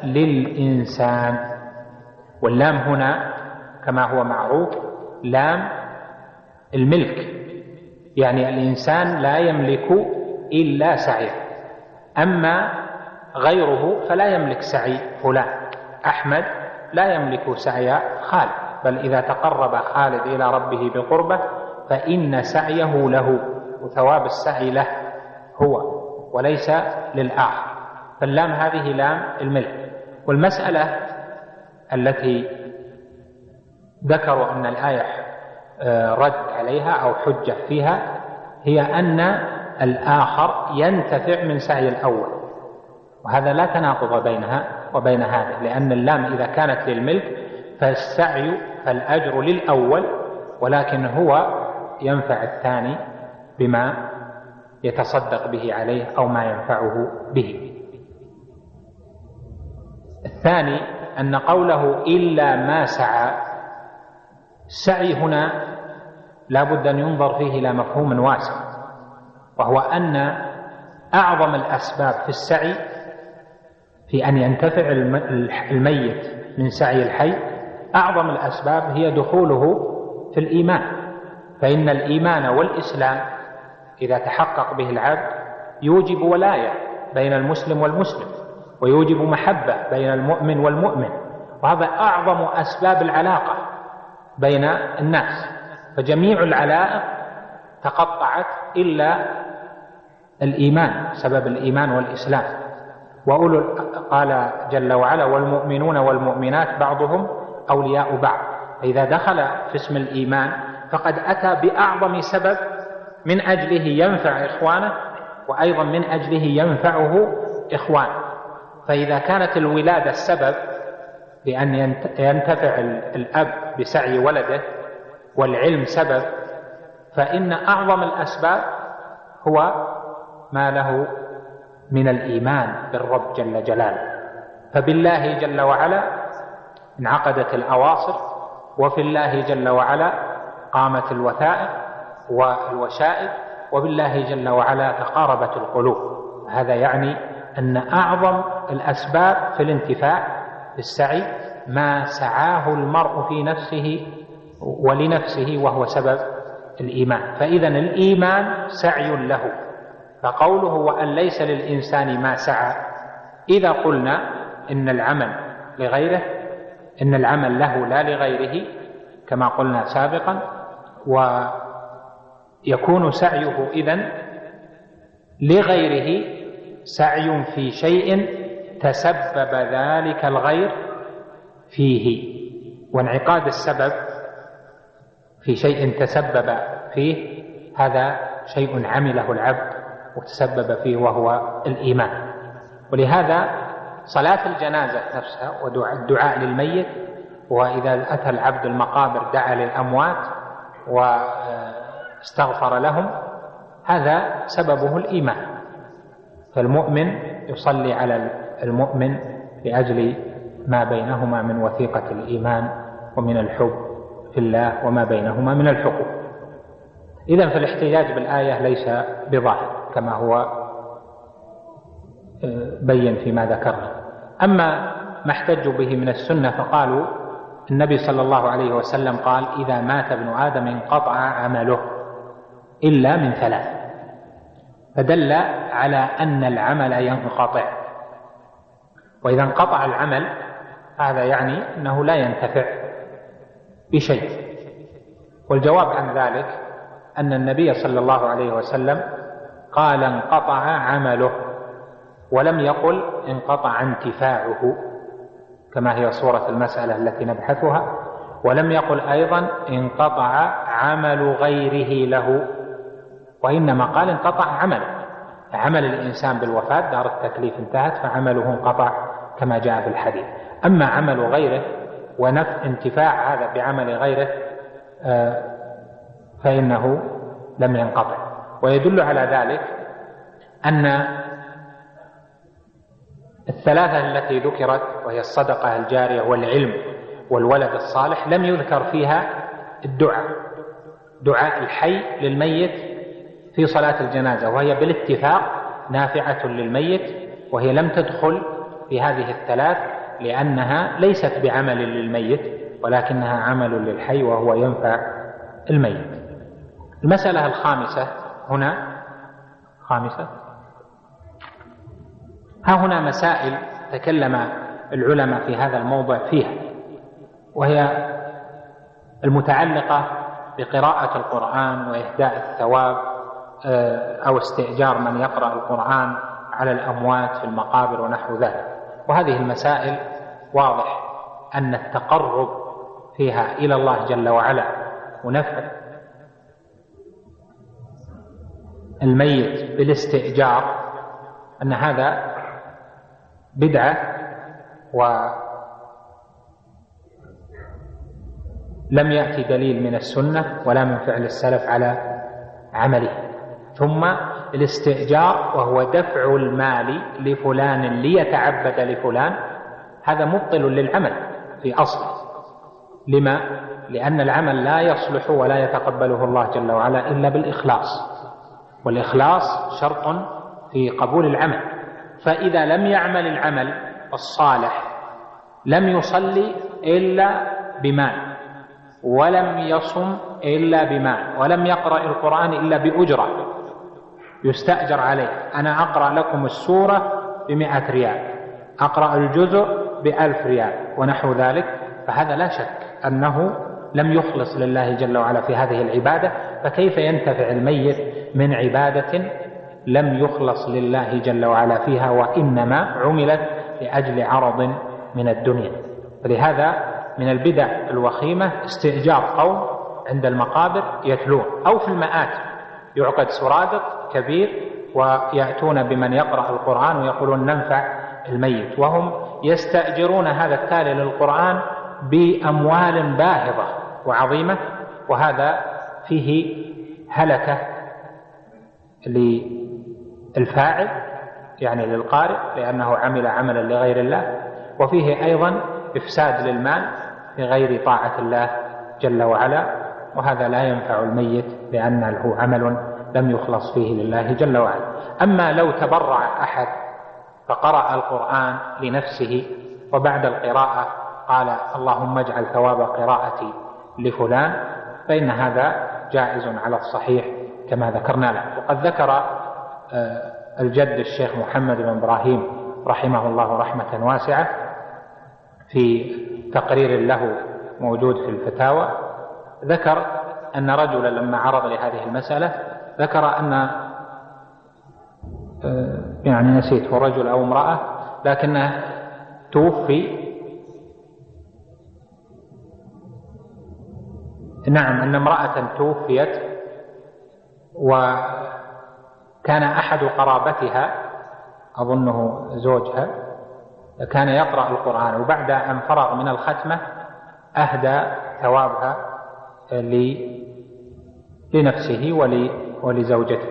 للإنسان، واللام هنا كما هو معروف لام الملك، يعني الإنسان لا يملك إلا سعيه، أما غيره فلا يملك سعي فلان. أحمد لا يملك سعي خالد، بل إذا تقرب خالد إلى ربه بقربه فإن سعيه له وثواب السعي له هو وليس للآخر، فاللام هذه لام الملك. والمسألة التي ذكروا أن الآية رد عليها أو حجة فيها هي أن الآخر ينتفع من سعي الأول، وهذا لا تناقض بينها وبين هذا، لأن اللام إذا كانت للملك فالأجر للأول، ولكن هو ينفع الثاني بما يتصدق به عليه أو ما ينفعه به. الثاني أن قوله إلا ما سعى، السعي هنا لا بد أن ينظر فيه إلى مفهوم واسع، وهو أن أعظم الأسباب في السعي في أن ينتفع الميت من سعي الحي، أعظم الأسباب هي دخوله في الإيمان، فإن الإيمان والإسلام إذا تحقق به العبد يوجب ولاية بين المسلم والمسلم، ويوجب محبة بين المؤمن والمؤمن، وهذا أعظم أسباب العلاقة بين الناس. فجميع العلائق تقطعت إلا الإيمان، سبب الإيمان والإسلام. قال جل وعلا: والمؤمنون والمؤمنات بعضهم أولياء بعض. فإذا دخل في اسم الإيمان فقد أتى بأعظم سبب من أجله ينفع إخوانه، وأيضا من أجله ينفعه إخوانه. فإذا كانت الولادة السبب بأن ينتفع الأب بسعي ولده، والعلم سبب، فإن أعظم الأسباب هو ما له من الإيمان بالرب جل جلاله. فبالله جل وعلا انعقدت الأواصر، وفي الله جل وعلا قامت الوثائق والوشائج، وبالله جل وعلا تقاربت القلوب. هذا يعني أن أعظم الأسباب في الانتفاع بالسعي ما سعاه المرء في نفسه ولنفسه، وهو سبب الإيمان. فإذا الإيمان سعي له. فقوله: وأن ليس للإنسان ما سعى، إذا قلنا إن العمل لغيره، إن العمل له لا لغيره كما قلنا سابقا، ويكون سعيه إذن لغيره سعي في شيء تسبب ذلك الغير فيه، وانعقاد السبب في شيء تسبب فيه هذا شيء عمله العبد وتسبب فيه، وهو الإيمان. ولهذا صلاة الجنازة نفسها والدعاء للميت، وإذا أتى العبد المقابر دعا للأموات واستغفر لهم، هذا سببه الإيمان. فالمؤمن يصلي على المؤمن لأجل ما بينهما من وثيقة الإيمان ومن الحب في الله وما بينهما من الحقوق. إذن فالاحتجاج بالآية ليس بظاهر كما هو بين فيما ذكرنا. أما ما احتجوا به من السنة فقالوا النبي صلى الله عليه وسلم قال: إذا مات ابن آدم انقطع عمله إلا من ثلاث، فدل على أن العمل ينقطع. وإذا انقطع العمل هذا يعني أنه لا ينتفع بشيء. والجواب عن ذلك أن النبي صلى الله عليه وسلم قال: انقطع عمله، ولم يقل انقطع انتفاعه كما هي صورة المسألة التي نبحثها، ولم يقل أيضا انقطع عمل غيره له، وإنما قال انقطع عمله. عمل الإنسان بالوفاة دار التكليف انتهت، فعمله انقطع كما جاء في الحديث. أما عمل غيره انتفاع هذا بعمل غيره فإنه لم ينقطع. ويدل على ذلك أن الثلاثة التي ذكرت، وهي الصدقة الجارية والعلم والولد الصالح، لم يذكر فيها دعاء الحي للميت في صلاة الجنازة، وهي بالاتفاق نافعة للميت، وهي لم تدخل في هذه الثلاث لأنها ليست بعمل للميت ولكنها عمل للحي وهو ينفع الميت. المسألة الخامسة ها هنا مسائل تكلم العلماء في هذا الموضع فيها، وهي المتعلقة بقراءة القرآن وإهداء الثواب أو استئجار من يقرأ القرآن على الأموات في المقابر ونحو ذلك. وهذه المسائل واضح أن التقرب فيها إلى الله جل وعلا ونفع الميت بالاستئجار أن هذا بدعة، ولم يأتي دليل من السنة ولا من فعل السلف على عمله. ثم الاستئجار وهو دفع المال لفلان ليتعبد لفلان، هذا مبطل للعمل في أصله. لما؟ لأن العمل لا يصلح ولا يتقبله الله جل وعلا إلا بالإخلاص، والإخلاص شرط في قبول العمل. فإذا لم يعمل العمل الصالح لم يصلي إلا بمال، ولم يصم إلا بمال، ولم يقرأ القرآن إلا بأجرة، يستأجر عليه، أنا أقرأ لكم السورة ب100 ريال، أقرأ الجزء ب1000 ريال ونحو ذلك، فهذا لا شك أنه لم يخلص لله جل وعلا في هذه العبادة. فكيف ينتفع الميت من عبادة لم يخلص لله جل وعلا فيها، وإنما عملت لأجل عرض من الدنيا؟ فلهذا من البدع الوخيمة استئجار قوم عند المقابر يتلون، أو في المآتم يعقد سرادق كبير ويأتون بمن يقرأ القرآن ويقولون ننفع الميت، وهم يستأجرون هذا التالي للقرآن بأموال باهظة وعظيمة، وهذا فيه هلكة للفاعل يعني للقارئ لأنه عمل عملا لغير الله، وفيه أيضا إفساد للمال بغير طاعة الله جل وعلا، وهذا لا ينفع الميت لأن له عمل لم يخلص فيه لله جل وعلا. أما لو تبرع أحد فقرأ القرآن لنفسه وبعد القراءة قال اللهم اجعل ثواب قراءتي لفلان، فإن هذا جائز على الصحيح كما ذكرنا له. وقد ذكر الجد الشيخ محمد بن إبراهيم رحمه الله رحمة واسعة في تقرير له موجود في الفتاوى، ذكر أن رجلا لما عرض لهذه المسألة ذكر أن يعني نسيت رجل أو امرأة لكنه توفي، نعم أن امرأة توفيت وكان أحد قرابتها أظنه زوجها كان يقرأ القرآن، وبعد أن فرغ من الختمة أهدى ثوابها لنفسه ولزوجته.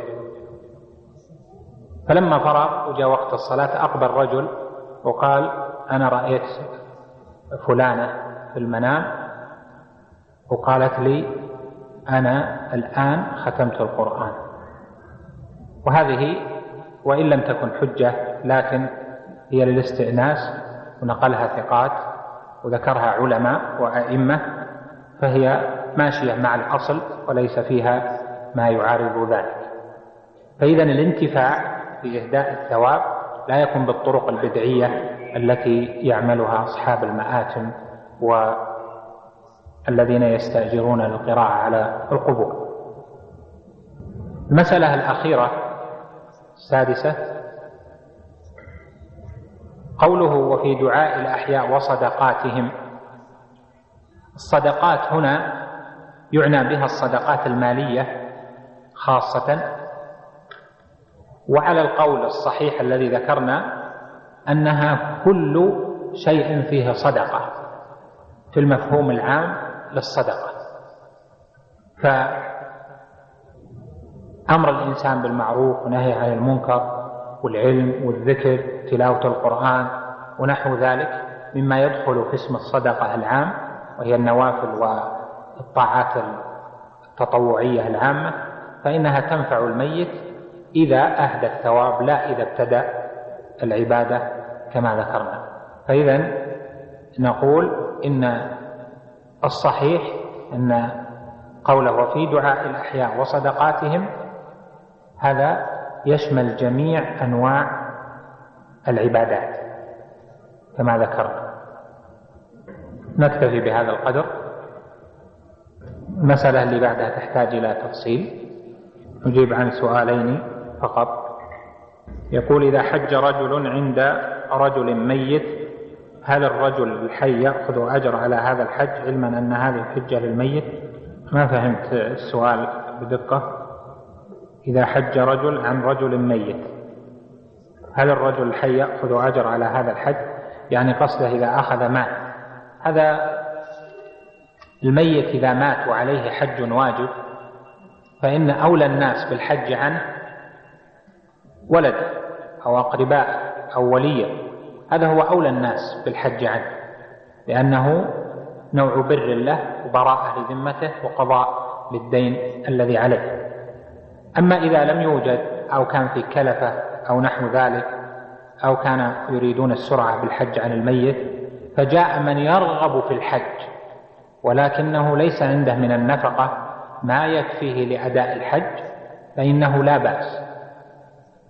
فلما فرغ وجاء وقت الصلاة أقبل رجل وقال أنا رأيت فلانة في المنام وقالت لي أنا الآن ختمت القرآن. وهذه وإن لم تكن حجة لكن هي للاستئناس، ونقلها ثقات وذكرها علماء وأئمة، فهي ماشية مع الأصل وليس فيها ما يعارض ذلك. فإذا الانتفاع بإهداء الثواب لا يكون بالطرق البدعية التي يعملها أصحاب المآتم والذين يستأجرون للقراءة على القبور. المسألة الأخيرة السادسة قوله وفي دعاء الأحياء وصدقاتهم. الصدقات هنا يعنى بها الصدقات المالية خاصة، وعلى القول الصحيح الذي ذكرنا أنها كل شيء فيه صدقة في المفهوم العام للصدقة. فأمر الإنسان بالمعروف ونهي عن المنكر والعلم والذكر تلاوة القرآن ونحو ذلك مما يدخل في اسم الصدقة العام، وهي النوافل والطاعات التطوعية العامة، فإنها تنفع الميت إذا أهدى الثواب لا إذا ابتدأ العبادة كما ذكرنا. فإذا نقول إن الصحيح أن قوله وفي دعاء الأحياء وصدقاتهم هذا يشمل جميع أنواع العبادات كما ذكرنا. نكتفي بهذا القدر. المسألة اللي بعدها تحتاج إلى تفصيل، نجيب عن سؤالين فقط. يقول إذا حج رجل عند رجل ميت هل الرجل الحي يأخذ أجر على هذا الحج علما أن هذه الحجة للميت؟ ما فهمت السؤال بدقة. إذا حج رجل عن رجل ميت هل الرجل الحي يأخذ أجر على هذا الحج؟ يعني قصده إذا أخذ مال. هذا الميت إذا مات وعليه حج واجب فإن أولى الناس بالحج عنه ولد أو أقرباء أو ولي، هذا هو أولى الناس بالحج عنه، لأنه نوع بر له وبراءة لذمته وقضاء للدين الذي عليه. أما إذا لم يوجد أو كان في كلفة أو نحو ذلك أو كان يريدون السرعة بالحج عن الميت فجاء من يرغب في الحج ولكنه ليس عنده من النفقة ما يكفيه لأداء الحج، فإنه لا بأس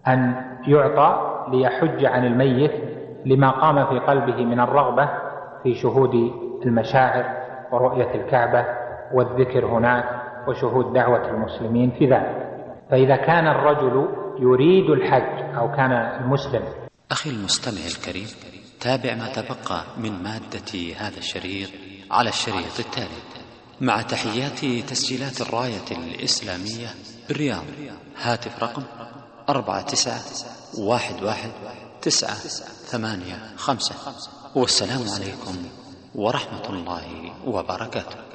أن يعطى ليحج عن الميت لما قام في قلبه من الرغبة في شهود المشاعر ورؤية الكعبة والذكر هناك وشهود دعوة المسلمين في ذلك. فإذا كان الرجل يريد الحج أو كان المسلم. أخي المستمع الكريم، تابع ما تبقى من مادة هذا الشريط على الشريط التالي مع تحيات تسجيلات الراية الإسلامية بالرياض. هاتف رقم 49111985. والسلام عليكم ورحمة الله وبركاته.